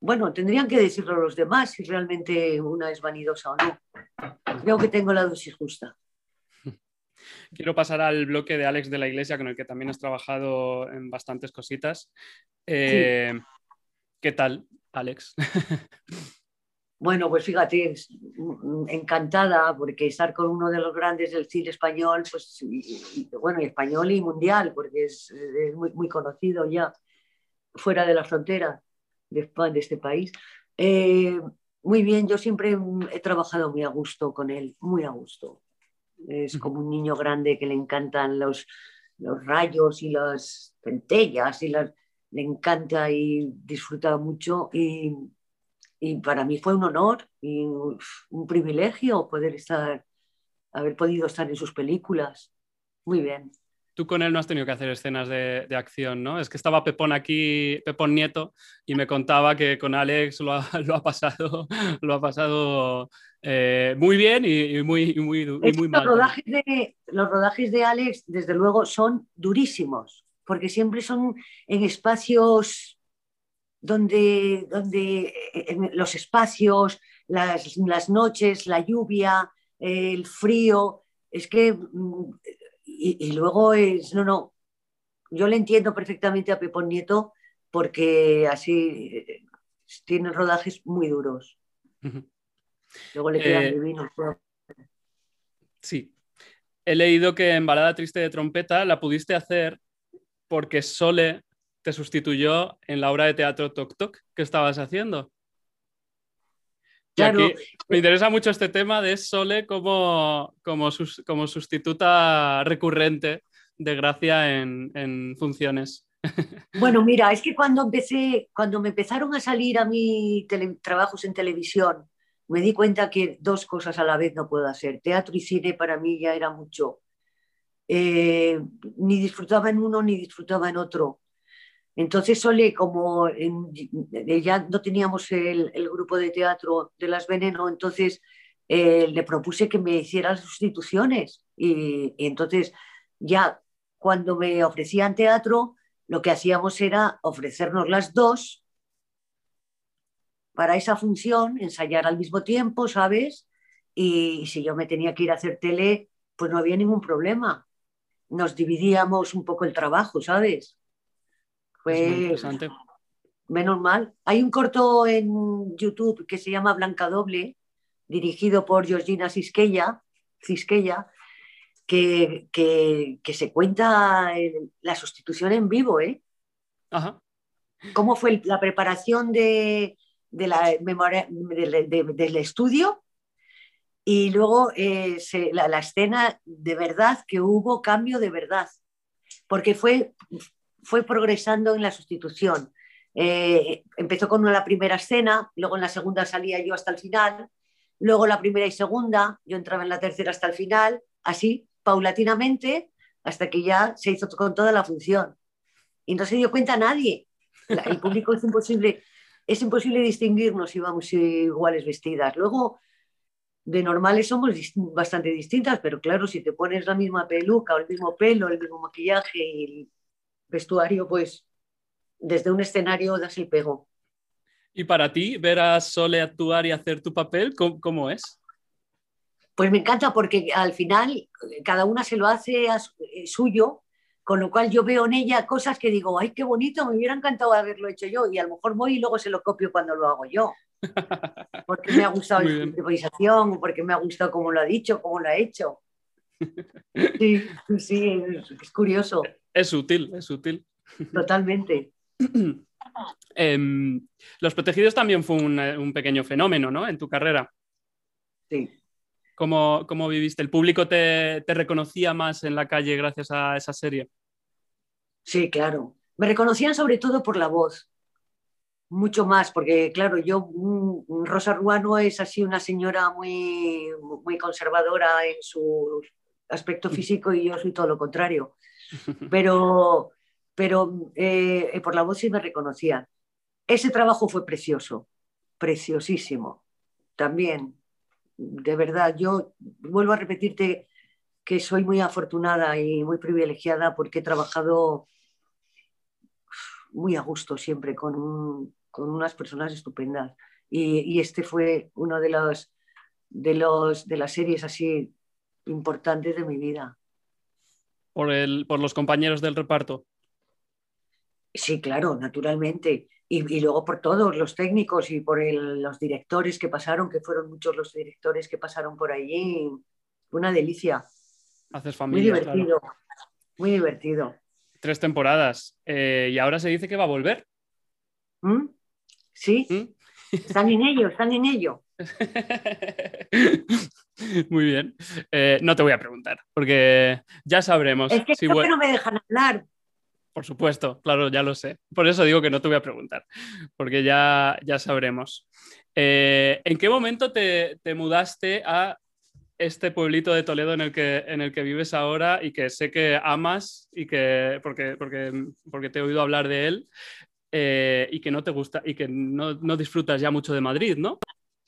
Bueno, tendrían que decirlo los demás si realmente una es vanidosa o no. Creo que tengo la dosis justa. Quiero pasar al bloque de Alex de la Iglesia, con el que también has trabajado en bastantes cositas. Sí. Eh, ¿Qué tal, Alex? Bueno, pues fíjate, encantada porque estar con uno de los grandes del cine español, pues y, y, bueno, y español y mundial, porque es, es muy, muy, conocido ya fuera de la frontera de, de este país. Eh, muy bien, yo siempre he trabajado muy a gusto con él, muy a gusto. Es como un niño grande que le encantan los, los rayos y las centellas y las, le encanta y disfruta mucho y y para mí fue un honor y un privilegio poder estar, haber podido estar en sus películas. Muy bien. Tú con él no has tenido que hacer escenas de, de acción, ¿no? Es que estaba Pepón aquí, Pepón Nieto, y me contaba que con Alex lo ha, lo ha pasado, lo ha pasado eh, muy bien y, y, muy, y, muy, y Es que muy los mal también. rodajes, de, los rodajes de Alex, desde luego, son durísimos, porque siempre son en espacios donde, donde en los espacios, las, las noches, la lluvia, el frío, es que, y, y luego es, no, no, yo le entiendo perfectamente a Pepón Nieto porque así eh, tiene rodajes muy duros. Luego le quedan Eh, divinos. Pero... sí, he leído que en Balada Triste de Trompeta la pudiste hacer porque Sole te sustituyó en la obra de teatro Toc Toc que estabas haciendo. Y Claro, aquí me interesa mucho este tema de Sole como, como, sus, como sustituta recurrente de Gracia en, en funciones. bueno, mira, es que cuando empecé, cuando me empezaron a salir a mí tele, trabajos en televisión, me di cuenta que dos cosas a la vez no puedo hacer. Teatro y cine para mí ya era mucho. Eh, ni disfrutaba en uno ni disfrutaba en otro. Entonces, Sole, como en, ya no teníamos el, el, grupo de teatro de Las Veneno, entonces eh, le propuse que me hiciera las sustituciones. Y, y entonces, ya cuando me ofrecían teatro, lo que hacíamos era ofrecernos las dos para esa función, ensayar al mismo tiempo, ¿sabes? Y, y si yo me tenía que ir a hacer tele, pues no había ningún problema. Nos dividíamos un poco el trabajo, ¿sabes? Es muy Fue interesante. menos mal. Hay un corto en YouTube que se llama Blanca Doble, dirigido por Georgina Cisquella, Cisquella que, que, que se cuenta el, la sustitución en vivo, ¿eh? Ajá. Cómo fue el, la preparación de, de la memoria, de, de, del estudio y luego eh, se, la, la escena de verdad que hubo cambio de verdad, porque fue, fue progresando en la sustitución. Eh, empezó con la primera escena, luego en la segunda salía yo hasta el final, luego la primera y segunda, yo entraba en la tercera hasta el final, así, paulatinamente, hasta que ya se hizo con toda la función. Y no se dio cuenta nadie. La, el público es imposible, es imposible distinguirnos si vamos iguales vestidas. Luego, de normales somos dist bastante distintas, pero claro, si te pones la misma peluca o el mismo pelo, el mismo maquillaje y el vestuario, pues desde un escenario das el pego. ¿Y para ti, ver a Sole actuar y hacer tu papel, cómo, cómo es? Pues me encanta porque al final cada una se lo hace a su, eh, suyo, con lo cual yo veo en ella cosas que digo, ay, qué bonito, me hubiera encantado haberlo hecho yo, y a lo mejor voy y luego se lo copio cuando lo hago yo, porque me ha gustado Muy su bien. improvisación, porque me ha gustado cómo lo ha dicho, cómo lo ha hecho. Sí, sí, es, es curioso, Es útil, es útil. totalmente. eh, Los Protegidos también fue un, un, pequeño fenómeno, ¿no? En tu carrera. Sí, ¿Cómo, cómo viviste? ¿El público te, te reconocía más en la calle gracias a esa serie? sí, claro. Me reconocían sobre todo por la voz, mucho más, porque claro, yo, mm, Rosa Ruano es así una señora muy, muy conservadora en su aspecto físico y yo soy todo lo contrario. Pero, pero eh, por la voz sí me reconocían. Ese trabajo fue precioso, preciosísimo. También, de verdad, yo vuelvo a repetirte que soy muy afortunada y muy privilegiada porque he trabajado muy a gusto siempre con un con unas personas estupendas. Y, y este fue uno de los, de los de las series así importantes de mi vida. Por, el, por los compañeros del reparto. Sí, claro, naturalmente. Y, y luego por todos los técnicos y por el, los directores que pasaron, que fueron muchos los directores que pasaron por allí. Una delicia. Haces Muy familia, claro. divertido, muy divertido. Tres temporadas. Eh, y ahora se dice que va a volver. ¿Mm? Sí, ¿Mm? están en ello, están en ello. Muy bien. Eh, no te voy a preguntar, porque ya sabremos Es que si creo que vuelve. no me dejan hablar. Por supuesto, claro, ya lo sé. Por eso digo que no te voy a preguntar, porque ya, ya sabremos. Eh, ¿en qué momento te, te mudaste a este pueblito de Toledo en el que, en el que vives ahora y que sé que amas y que porque, porque, porque te he oído hablar de él, eh, y que no te gusta y que no, no disfrutas ya mucho de Madrid, ¿no?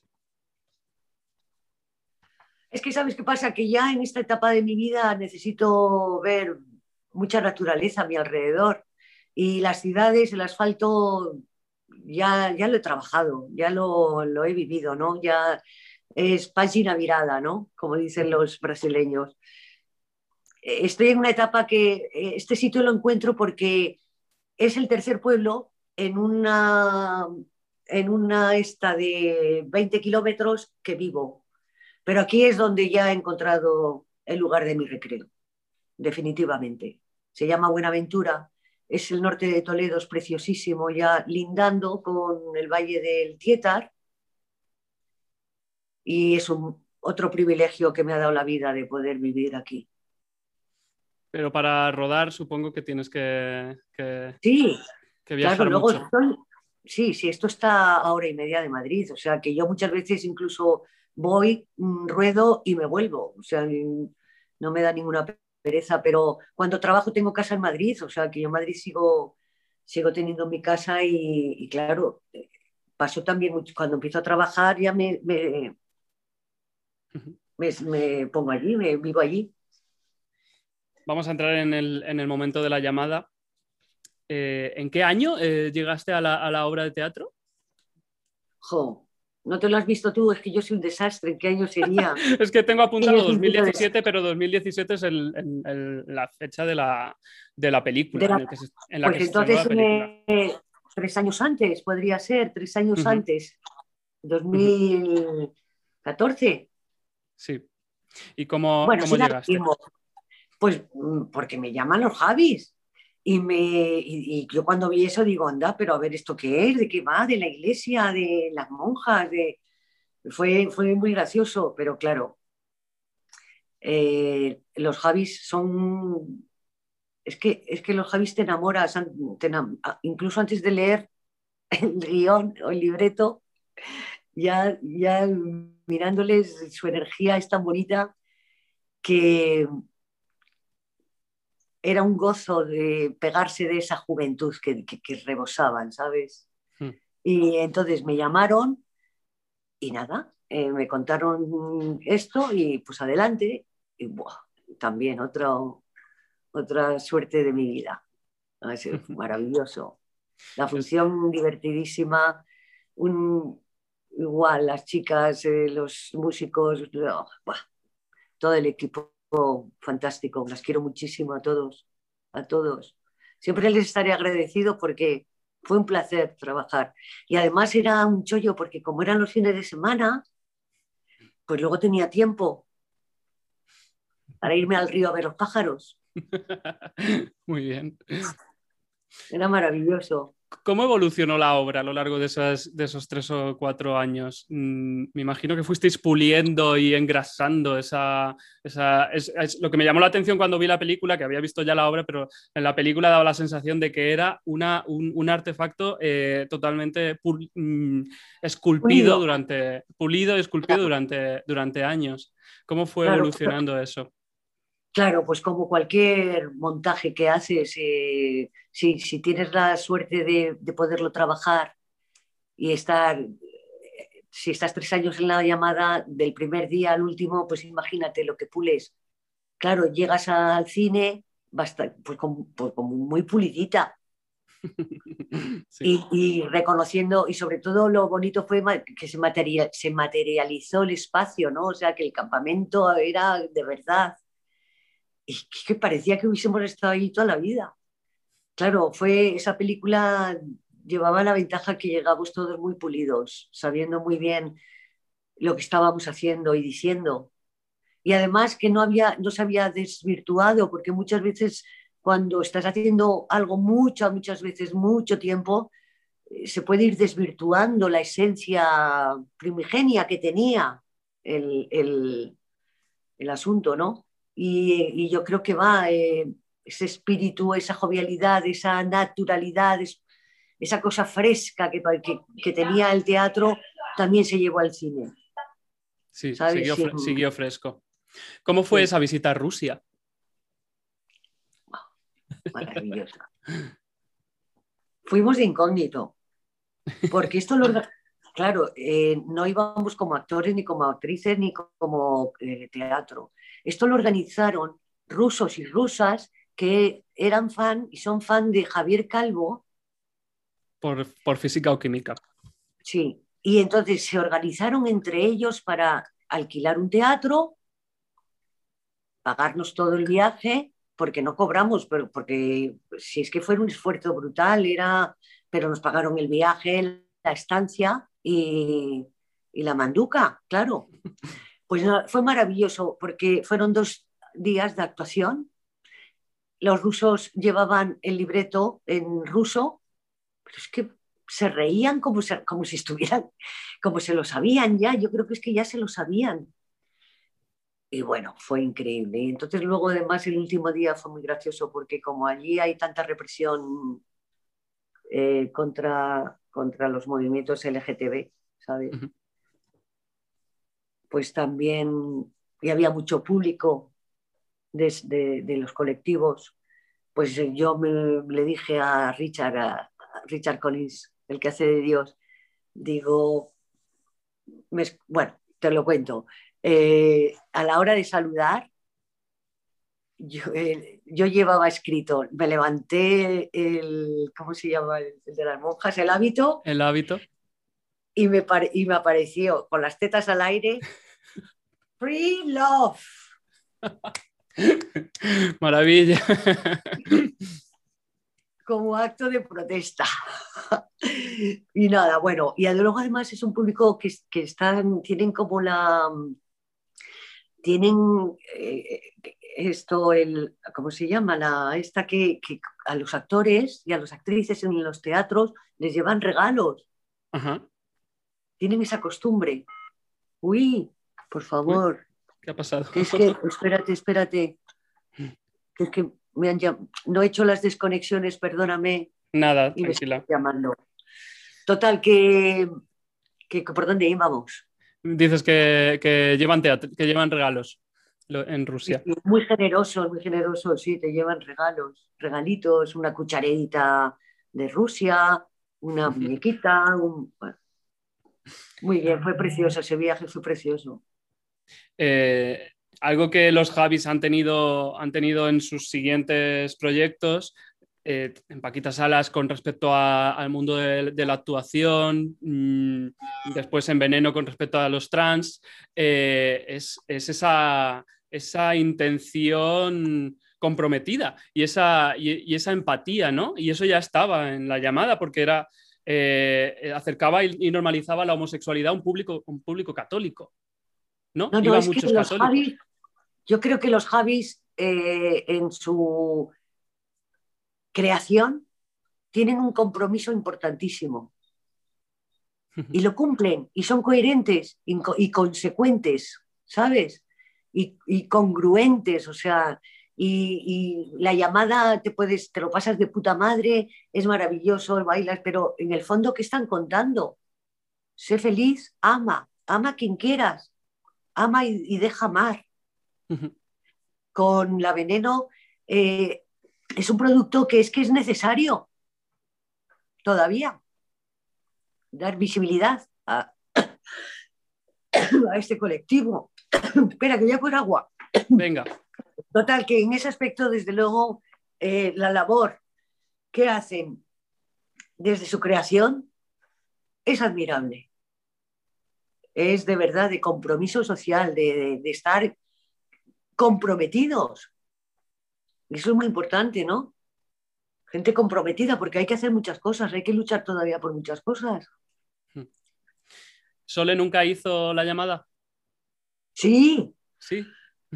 Es que sabes qué pasa, que ya en esta etapa de mi vida necesito ver mucha naturaleza a mi alrededor y las ciudades, el asfalto, ya, ya lo he trabajado, ya lo, lo he vivido, ¿no? Ya es página virada, ¿no? Como dicen los brasileños. Estoy en una etapa que este sitio lo encuentro porque es el tercer pueblo en una, en una esta de veinte kilómetros que vivo. Pero aquí es donde ya he encontrado el lugar de mi recreo, definitivamente. Se llama Buenaventura, es el norte de Toledo, es preciosísimo, ya lindando con el valle del Tietar, y es un, otro privilegio que me ha dado la vida de poder vivir aquí. Pero para rodar supongo que tienes que, que, Sí, que claro, viajar luego mucho. estoy, sí, sí, esto está a hora y media de Madrid, o sea que yo muchas veces incluso voy, mm, ruedo y me vuelvo, o sea, mm, no me da ninguna pereza, pero cuando trabajo tengo casa en Madrid, o sea que yo en Madrid sigo, sigo teniendo mi casa y, y claro, eh, paso también mucho, cuando empiezo a trabajar ya me, me, me, me pongo allí, me vivo allí. Vamos a entrar en el, en el momento de la llamada. Eh, ¿en qué año eh, llegaste a la, a la obra de teatro? Jo, no te lo has visto tú, es que yo soy un desastre, ¿en qué año sería? Es que tengo Que yo apuntado soy un puto desastre. dos mil diecisiete, pero dos mil diecisiete es el, el, el, la fecha de la, de la De película, en, la el que se, en la Pues que se estrenó entonces la película. eh, tres años antes, podría ser, tres años Uh-huh, antes, uh-huh, dos mil catorce. sí. ¿Y cómo, Bueno, cómo sí da lo llegaste? mismo, pues mm, porque me llaman los Javis. Y, me, y, y yo cuando vi eso digo, anda, pero a ver, ¿esto qué es? ¿De qué va? ¿De la iglesia? ¿De las monjas? De... Fue, fue muy gracioso, pero claro, eh, los Javis son... Es que, es que los Javis te enamoras, te enam- incluso antes de leer el guión o el libreto, ya, ya mirándoles, su energía es tan bonita que era un gozo de pegarse de esa juventud que, que, que rebosaban, ¿sabes? Uh-huh. Y entonces me llamaron y nada, eh, me contaron esto y pues adelante. Y buah, también otro, otra suerte de mi vida. Ha sido maravilloso. La Es, función divertidísima, un, igual las chicas, eh, los músicos, oh, buah, todo el equipo fantástico. Las quiero muchísimo a todos, a todos. Siempre les estaré agradecido porque fue un placer trabajar. Y además era un chollo porque como eran los fines de semana, pues luego tenía tiempo para irme al río a ver los pájaros. muy bien. Era maravilloso. ¿Cómo evolucionó la obra a lo largo de esos, de esos tres o cuatro años? Mm, me imagino que fuisteis puliendo y engrasando esa... esa es, es lo que me llamó la atención cuando vi la película, que había visto ya la obra, pero en la película daba la sensación de que era una, un, un artefacto eh, totalmente pul, mm, esculpido Unido, durante... pulido y esculpido durante, durante años. ¿Cómo fue claro, evolucionando eso? claro, pues como cualquier montaje que haces, eh, si, si, tienes la suerte de, de poderlo trabajar y estar, si estás tres años en la llamada, del primer día al último, pues imagínate lo que pules. Claro, llegas al cine basta, pues, como, pues como muy pulidita, Sí. Y, y reconociendo, y sobre todo lo bonito fue que se, material, se materializó el espacio, ¿no? O sea, que el campamento era de verdad. Y que parecía que hubiésemos estado ahí toda la vida. Claro, fue esa película llevaba la ventaja que llegamos todos muy pulidos, sabiendo muy bien lo que estábamos haciendo y diciendo. Y además que no había, no se había desvirtuado, porque muchas veces cuando estás haciendo algo muchas, muchas veces, mucho tiempo, eh, se puede ir desvirtuando la esencia primigenia que tenía el, el, el asunto, ¿no? Y, y, yo creo que va eh, ese espíritu, esa jovialidad, esa naturalidad, es, esa cosa fresca que, que, que, tenía el teatro, también se llevó al cine. Sí, ¿Sabes? siguió, Sí. siguió fresco. ¿Cómo fue sí. esa visita a Rusia? Maravillosa. Fuimos de incógnito, porque esto lo... Claro, eh, no íbamos como actores, ni como actrices, ni como eh, teatro. Esto lo organizaron rusos y rusas que eran fan y son fan de Javier Calvo. Por, por física o química. Sí, y entonces se organizaron entre ellos para alquilar un teatro, pagarnos todo el viaje, porque no cobramos, pero porque si es que fue un esfuerzo brutal, era, pero nos pagaron el viaje, la estancia y, y la manduca, claro. Pues no, fue maravilloso porque fueron dos días de actuación. Los rusos llevaban el libreto en ruso, pero es que se reían como, se, como si estuvieran, como se lo sabían ya. Yo creo que es que ya se lo sabían. Y bueno, fue increíble. Y entonces luego además el último día fue muy gracioso porque como allí hay tanta represión eh, contra, contra los movimientos L G T B, ¿sabes? Uh-huh. Pues también, y había mucho público de, de, de los colectivos, pues yo me, le dije a Richard, a, a Richard Collins, el que hace de Dios, digo, me, bueno, te lo cuento, eh, a la hora de saludar, yo, eh, yo llevaba escrito, me levanté el, ¿cómo se llama? El, el de las monjas, el hábito. El hábito. Y me, pare, y me apareció con las tetas al aire, Free Love. Maravilla. Como acto de protesta. Y nada, bueno, y luego además es un público que, que están, tienen como la... Tienen eh, esto, el, ¿cómo se llama? La, esta que, que a los actores y a las actrices en los teatros les llevan regalos. Ajá. Tienen esa costumbre. Uy, por favor. Uy, ¿qué ha pasado? Que es que, espérate, espérate. Que es que me han llam... no he hecho las desconexiones, perdóname. Nada, y tranquila. Me estoy llamando. Total, que, que ¿por dónde íbamos? Dices que, que, llevan teatro, que llevan regalos en Rusia. Sí, muy generosos, muy generosos, sí, te llevan regalos, regalitos, una cucharedita de Rusia, una muñequita, un... bueno, muy bien, fue precioso, ese viaje fue precioso. Eh, algo que los Javis han tenido, han tenido en sus siguientes proyectos, eh, en Paquita Salas con respecto a, al mundo de, de la actuación, mmm, después en Veneno con respecto a los trans, eh, es, es esa, esa intención comprometida y esa, y, y esa empatía, ¿no? Y eso ya estaba en La Llamada porque era, eh, acercaba y, y normalizaba la homosexualidad a un público, un público católico. ¿No? No, no, Iba es muchos que los católicos. Javis, yo creo que los Javis eh, en su creación tienen un compromiso importantísimo y lo cumplen y son coherentes y, y consecuentes, ¿sabes? Y, y congruentes, o sea, y, y, La Llamada te puedes, te lo pasas de puta madre, es maravilloso, bailas, pero en el fondo, ¿qué están contando? Sé feliz, ama, ama a quien quieras, ama y, y deja amar. Con La Veneno eh, es un producto que es que es necesario todavía dar visibilidad a, a este colectivo. Espera, que voy a por agua. Venga. Total, que en ese aspecto, desde luego, eh, la labor que hacen desde su creación es admirable. Es de verdad de compromiso social, de, de, de estar comprometidos. Eso es muy importante, ¿no? Gente comprometida, porque hay que hacer muchas cosas, hay que luchar todavía por muchas cosas. ¿Sole nunca hizo la llamada? Sí. Sí.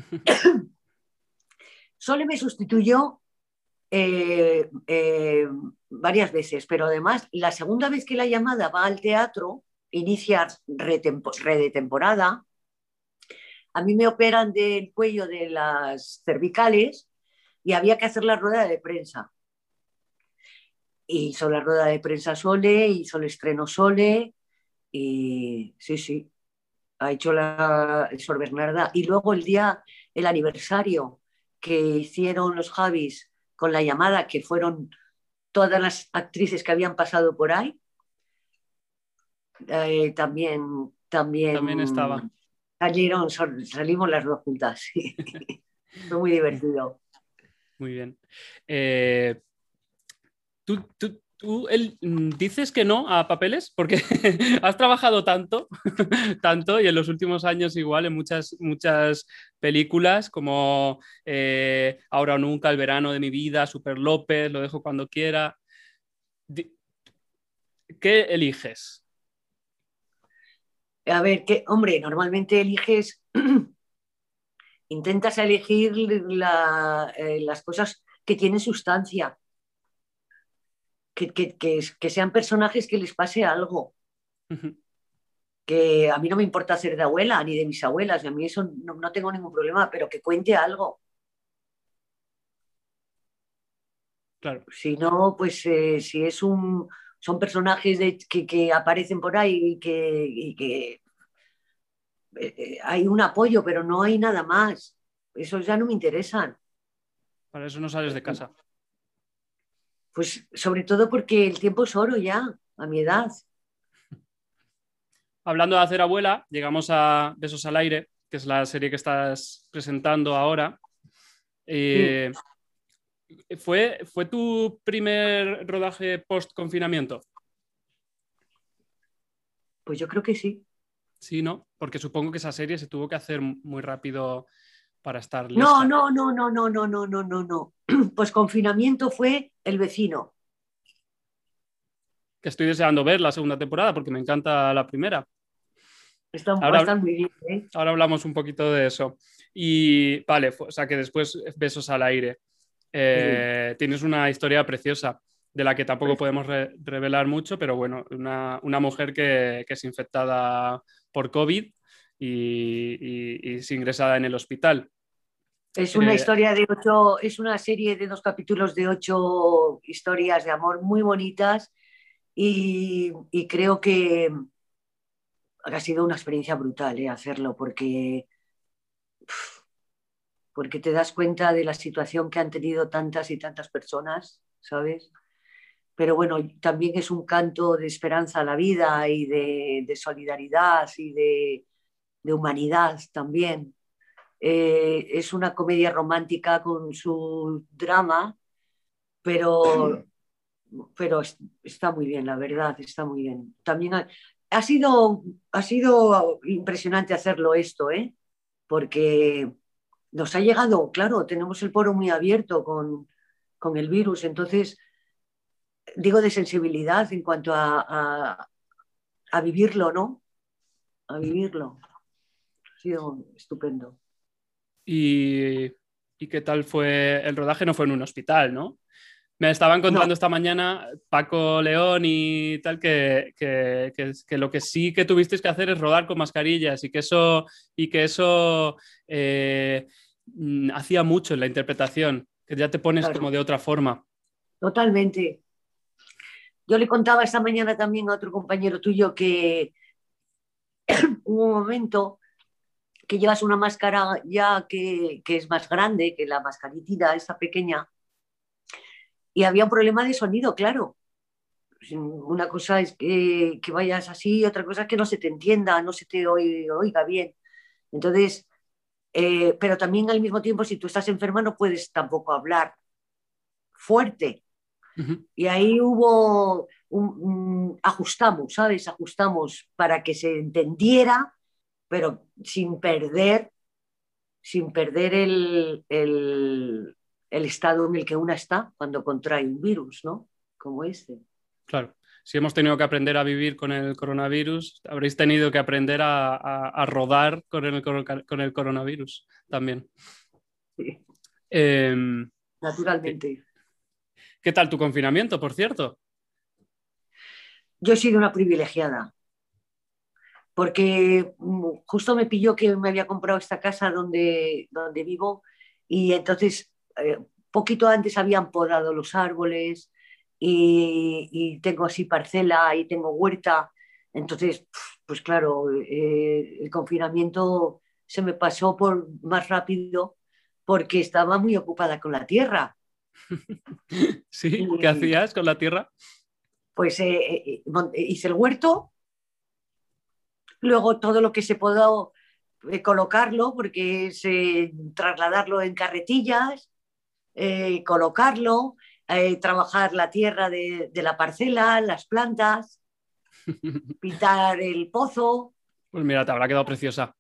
Sole me sustituyó eh, eh, varias veces, pero además la segunda vez que la llamada va al teatro, inicia red de temporada, a mí me operan del cuello de las cervicales y había que hacer la rueda de prensa. Y hizo la rueda de prensa Sole, hizo el estreno Sole, y sí, sí, ha hecho la Sor Bernarda. Y luego el día, el aniversario que hicieron los Javis con la llamada, que fueron todas las actrices que habían pasado por ahí, eh, también, También estaba. también salieron, salimos las dos juntas. Sí. Fue muy divertido. Muy bien. Eh, ¿tú, tú, tú él, dices que no a papeles? Porque has trabajado tanto, tanto, y en los últimos años igual en muchas, muchas películas como eh, Ahora o Nunca, El verano de mi vida, Super López, Lo dejo cuando quiera. ¿Qué eliges? A ver, que, hombre, normalmente eliges, intentas elegir la, eh, las cosas que tienen sustancia, que, que, que, que sean personajes que les pase algo. Que a mí no me importa hacer de abuela ni de mis abuelas, a mí eso no, no tengo ningún problema, pero que cuente algo. Claro. Si no, pues eh, si es un, son personajes de, que, que, aparecen por ahí y que, y que eh, hay un apoyo, pero no hay nada más. Esos ya no me interesan. Para eso no sales de casa. Pues sobre todo porque el tiempo es oro ya, a mi edad. Hablando de hacer abuela, llegamos a Besos al aire, que es la serie que estás presentando ahora. Sí. Eh, ¿fue, ¿Fue tu primer rodaje post-confinamiento? Pues yo creo que sí. Sí, ¿no? Porque supongo que esa serie se tuvo que hacer muy rápido para estar No, lista. no, no, no, no, no, no, no, no, no. Pues confinamiento fue El vecino. Que estoy deseando ver la segunda temporada porque me encanta la primera. Está, va a Ahora, estar muy bien, ¿eh? ahora hablamos un poquito de eso. Y vale, o sea que después Besos al aire. Sí, Eh, tienes una historia preciosa de la que tampoco pues podemos re revelar mucho, pero bueno, una, una mujer que, que, es infectada por COVID y, y, y es ingresada en el hospital. es una Eh, historia de ocho, es una serie de dos capítulos de ocho historias de amor muy bonitas y, y creo que ha sido una experiencia brutal, ¿eh? Hacerlo porque, porque te das cuenta de la situación que han tenido tantas y tantas personas, ¿sabes? Pero bueno, también es un canto de esperanza a la vida y de, de solidaridad y de, de, humanidad también. Eh, es una comedia romántica con su drama, pero, pero está muy bien, la verdad, está muy bien. También ha, ha, sido, ha sido impresionante hacerlo esto, ¿eh? Porque nos ha llegado, claro, tenemos el poro muy abierto con, con el virus, entonces digo de sensibilidad en cuanto a, a, a vivirlo, ¿no? A vivirlo. Ha sido estupendo. y, ¿Y qué tal fue el rodaje? No fue en un hospital, ¿no? Me estaban No, contando esta mañana Paco León y tal que, que, que, que lo que sí que tuvisteis que hacer es rodar con mascarillas y que eso, y que eso eh, hacía mucho en la interpretación, que ya te pones como claro, de otra forma. totalmente. Yo le contaba esta mañana también a otro compañero tuyo que hubo un momento que llevas una máscara ya que, que es más grande que la mascaritida, esa pequeña, y había un problema de sonido, claro. Una cosa es que, que vayas así, otra cosa es que no se te entienda, no se te oiga, oiga bien. Entonces, eh, pero también al mismo tiempo, si tú estás enferma, no puedes tampoco hablar fuerte. Uh-huh. Y ahí hubo, un, un, ajustamos, ¿sabes? Ajustamos para que se entendiera, pero sin perder, sin perder el, el, el estado en el que una está cuando contrae un virus, ¿no? Como este. Claro. Si hemos tenido que aprender a vivir con el coronavirus, habréis tenido que aprender a, a, a rodar con el, con el coronavirus también. Sí. Eh, Naturalmente. ¿qué, ¿Qué tal tu confinamiento, por cierto? Yo he sido una privilegiada, porque justo me pilló que me había comprado esta casa donde, donde vivo y entonces eh, poquito antes habían podado los árboles y, y tengo así parcela y tengo huerta. Entonces, pues claro, eh, el confinamiento se me pasó por más rápido porque estaba muy ocupada con la tierra. ¿Sí? ¿Qué Y hacías con la tierra? pues eh, eh, hice el huerto, luego todo lo que se pudo eh, colocarlo, porque es eh, trasladarlo en carretillas, eh, colocarlo, eh, trabajar la tierra de, de, la parcela, las plantas, pintar el pozo. Pues mira, te habrá quedado preciosa.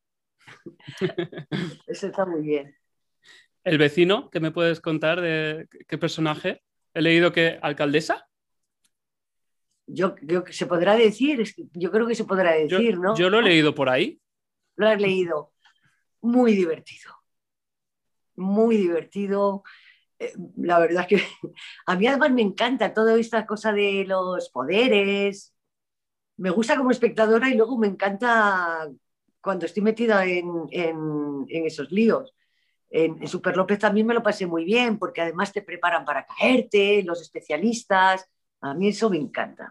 Eso está muy bien. ¿El vecino? ¿Qué me puedes contar de qué personaje? He leído que alcaldesa. Yo, yo se podrá decir, yo creo que se podrá Yo, decir, yo ¿no? lo he leído por ahí. Lo has leído. Muy divertido. Muy divertido. Eh, la verdad es que a mí además me encanta toda esta cosa de los poderes. Me gusta como espectadora y luego me encanta cuando estoy metida en, en, en esos líos. En, en Super López también me lo pasé muy bien porque además te preparan para caerte, los especialistas. A mí eso me encanta.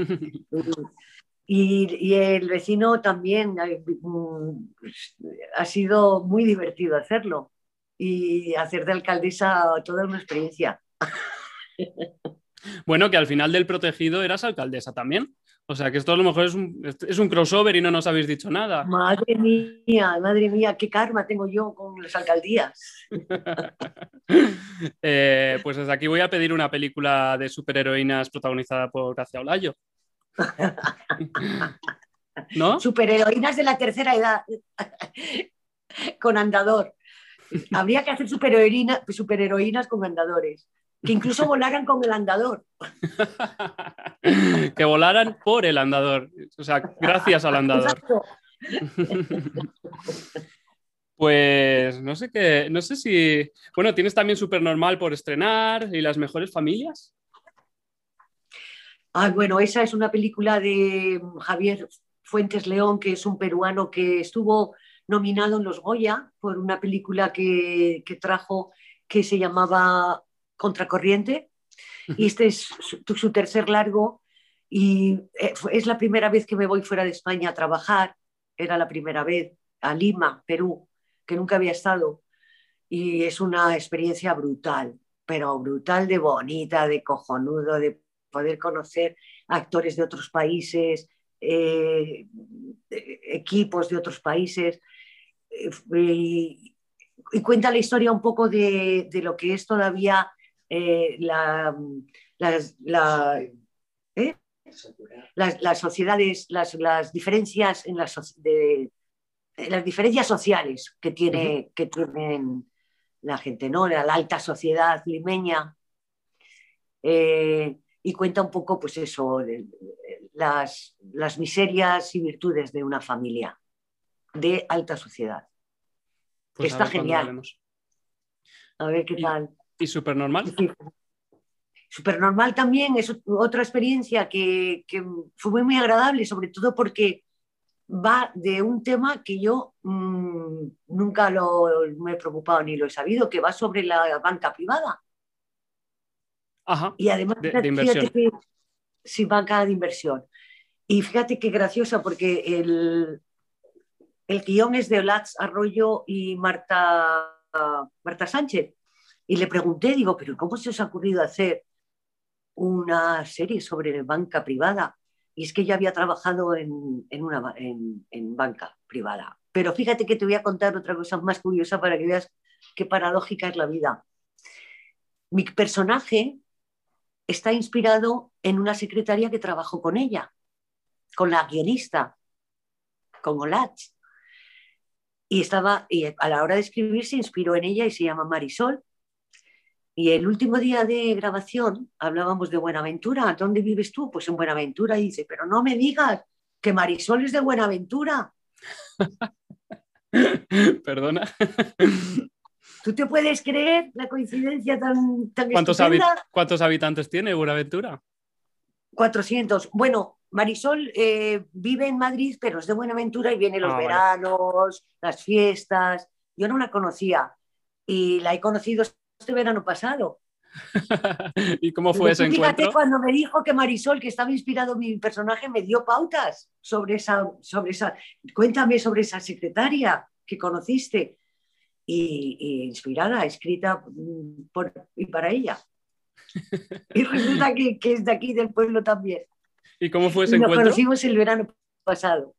Y, y el vecino también ha sido muy divertido hacerlo y hacer de alcaldesa toda una experiencia. Bueno, que al final del protegido eras alcaldesa también. O sea, que esto a lo mejor es un, es un crossover y no nos habéis dicho nada. Madre mía, madre mía, qué karma tengo yo con las alcaldías. eh, pues desde aquí voy a pedir una película de superheroínas protagonizada por Gracia Olayo. ¿No? Superheroínas de la tercera edad con andador. Habría que hacer superheroína, superheroínas con andadores, que incluso volaran con el andador. Que volaran por el andador, o sea, gracias al andador. Pues no sé qué, no sé si. Bueno, tienes también Supernormal por estrenar y Las mejores familias. Ah, bueno, esa es una película de Javier Fuentes León, que es un peruano que estuvo nominado en los Goya por una película que, que trajo que se llamaba Contracorriente. Y este es su, su tercer largo y es la primera vez que me voy fuera de España a trabajar. Era la primera vez a Lima, Perú, que nunca había estado. Y es una experiencia brutal, pero brutal de bonita, de cojonudo, de poder conocer actores de otros países, eh, equipos de otros países. Eh, y, y, cuenta la historia un poco de, de lo que es todavía eh, la, las, la, ¿eh? las, las, sociedades, las, las diferencias en las, de, las diferencias sociales que, tiene, uh-huh. que tienen la gente, ¿no? La, la alta sociedad limeña. Eh, y cuenta un poco, pues eso, de, de, las, las miserias y virtudes de una familia de alta sociedad. Pues está a ver genial. A ver qué ¿Y, tal. ¿Y Supernormal? Sí. Supernormal también es otra experiencia que, que fue muy, muy agradable, sobre todo porque va de un tema que yo mmm, nunca lo, me he preocupado ni lo he sabido, que va sobre la banca privada. Ajá, y además, de, de inversión. Fíjate que sí, banca de inversión. Y fíjate qué graciosa, porque el, el guión es de Olatz Arroyo y Marta, Marta Sánchez. Y le pregunté, digo, ¿pero cómo se os ha ocurrido hacer una serie sobre banca privada? Y es que ella había trabajado en, en, una, en, en banca privada. Pero fíjate que te voy a contar otra cosa más curiosa para que veas qué paradójica es la vida. Mi personaje está inspirado en una secretaria que trabajó con ella, con la guionista, con Olach. Y, estaba, y a la hora de escribir se inspiró en ella y se llama Marisol. Y el último día de grabación hablábamos de Buenaventura. ¿Dónde vives tú? Pues en Buenaventura. Y dice, pero no me digas que Marisol es de Buenaventura. Perdona. ¿Tú te puedes creer la coincidencia tan, tan ¿Cuántos, estupenda? habit- ¿Cuántos habitantes tiene Buenaventura? cuatrocientos. Bueno, Marisol eh, vive en Madrid, pero es de Buenaventura y viene los Ah, vale. veranos, las fiestas. Yo no la conocía y la he conocido este verano pasado. ¿Y cómo fue ese Tú fíjate, encuentro? cuando me dijo que Marisol, que estaba inspirado mi personaje, me dio pautas sobre esa, sobre esa. Cuéntame sobre esa secretaria que conociste. Y, y inspirada, escrita por y para ella. Y resulta que, que es de aquí, del pueblo también. ¿Y cómo fue ese Y nos encuentro? conocimos el verano pasado.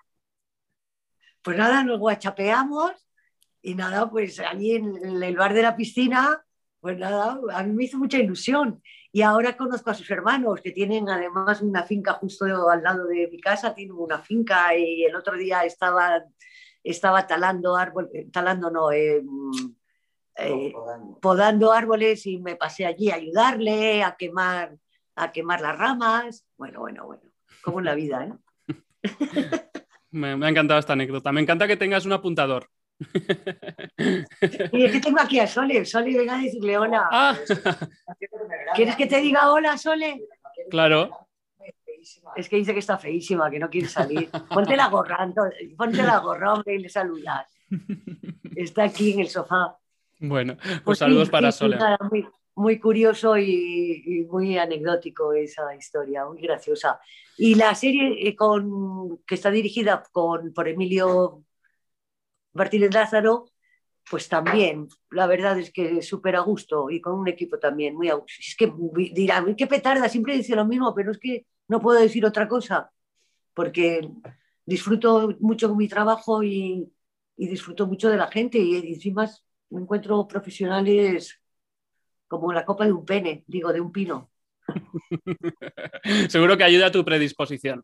Pues nada, nos guachapeamos y nada, pues allí en el bar de la piscina, pues nada, a mí me hizo mucha ilusión. Y ahora conozco a sus hermanos, que tienen además una finca justo al lado de mi casa, tienen una finca y el otro día estaba, estaba talando árboles, talando no, eh, eh, podando. podando árboles y me pasé allí a ayudarle a quemar, a quemar las ramas. Bueno, bueno, bueno, como en la vida, ¿eh? Me, me ha encantado esta anécdota. Me encanta que tengas un apuntador. Y es que tengo aquí a Sole. Sole, venga a decirle hola. Ah, ¿Quieres que te diga hola, Sole? claro. Es que dice que está feísima, que no quiere salir. Ponte la gorra, Anton, ponte la gorra, hombre, y le saludas. Está aquí en el sofá. Bueno, pues, Pues saludos sí, para sí, Sole. nada, muy, muy curioso y, y muy anecdótico esa historia, muy graciosa. Y la serie eh, con, que está dirigida con, por Emilio Martínez Lázaro, pues también, la verdad es que súper a gusto y con un equipo también muy a gusto. Es que dirán, qué petarda, siempre dice lo mismo, pero es que no puedo decir otra cosa, porque disfruto mucho con mi trabajo y, y disfruto mucho de la gente y encima me encuentro profesionales como la copa de un pene, digo, de un pino. Seguro que ayuda a tu predisposición.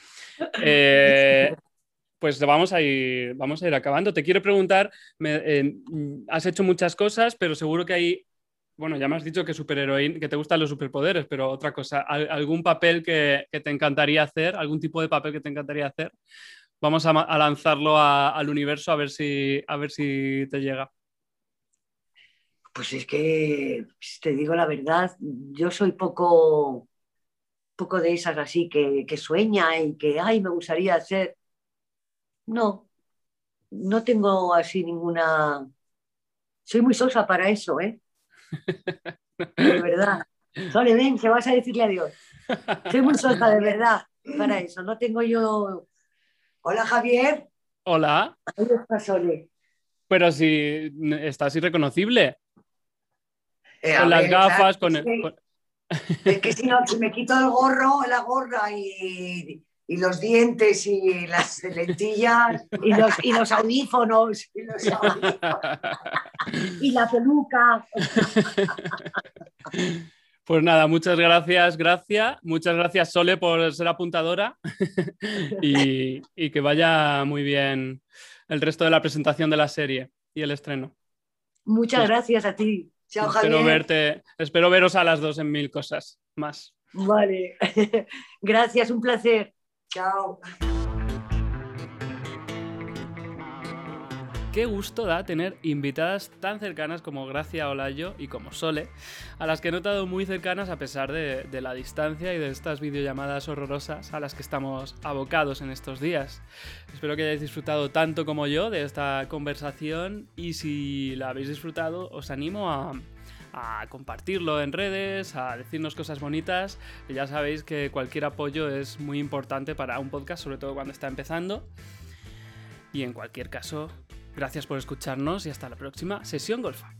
Eh, pues vamos a ir, vamos a ir acabando. Te quiero preguntar, me, eh, has hecho muchas cosas, pero seguro que hay, bueno, ya me has dicho que superheroína, que te gustan los superpoderes, pero otra cosa, ¿algún papel que, que te encantaría hacer? ¿Algún tipo de papel que te encantaría hacer? Vamos a, a lanzarlo a, al universo a ver si, a ver si te llega. Pues es que, te digo la verdad, yo soy poco, poco de esas así que, que sueña y que, ay, me gustaría hacer. No, no tengo así ninguna. Soy muy sosa para eso, ¿eh? De verdad. Sole, ven, que vas a decirle adiós. Soy muy sosa, de verdad, para eso. No tengo yo. Hola, Javier. Hola. Ahí está Sole. Pero si estás irreconocible. Eh, con las ver, gafas, claro, con es, el, que, con... es que si no, si me quito el gorro, la gorra y, y los dientes y las lentillas y los, y los audífonos y, los audífonos, y la peluca. Pues nada, muchas gracias, Gracia. Muchas gracias, Sole, por ser apuntadora y, y que vaya muy bien el resto de la presentación de la serie y el estreno. Muchas Pues, gracias a ti. Chao, espero Javier. verte, espero veros a las dos en mil cosas más. Vale. Gracias, un placer. Chao. Qué gusto da tener invitadas tan cercanas como Gracia Olayo y como Sole, a las que he notado muy cercanas a pesar de, de la distancia y de estas videollamadas horrorosas a las que estamos abocados en estos días. Espero que hayáis disfrutado tanto como yo de esta conversación y si la habéis disfrutado os animo a... a compartirlo en redes, a decirnos cosas bonitas. Ya sabéis que cualquier apoyo es muy importante para un podcast, sobre todo cuando está empezando. Y en cualquier caso, gracias por escucharnos y hasta la próxima sesión golfa.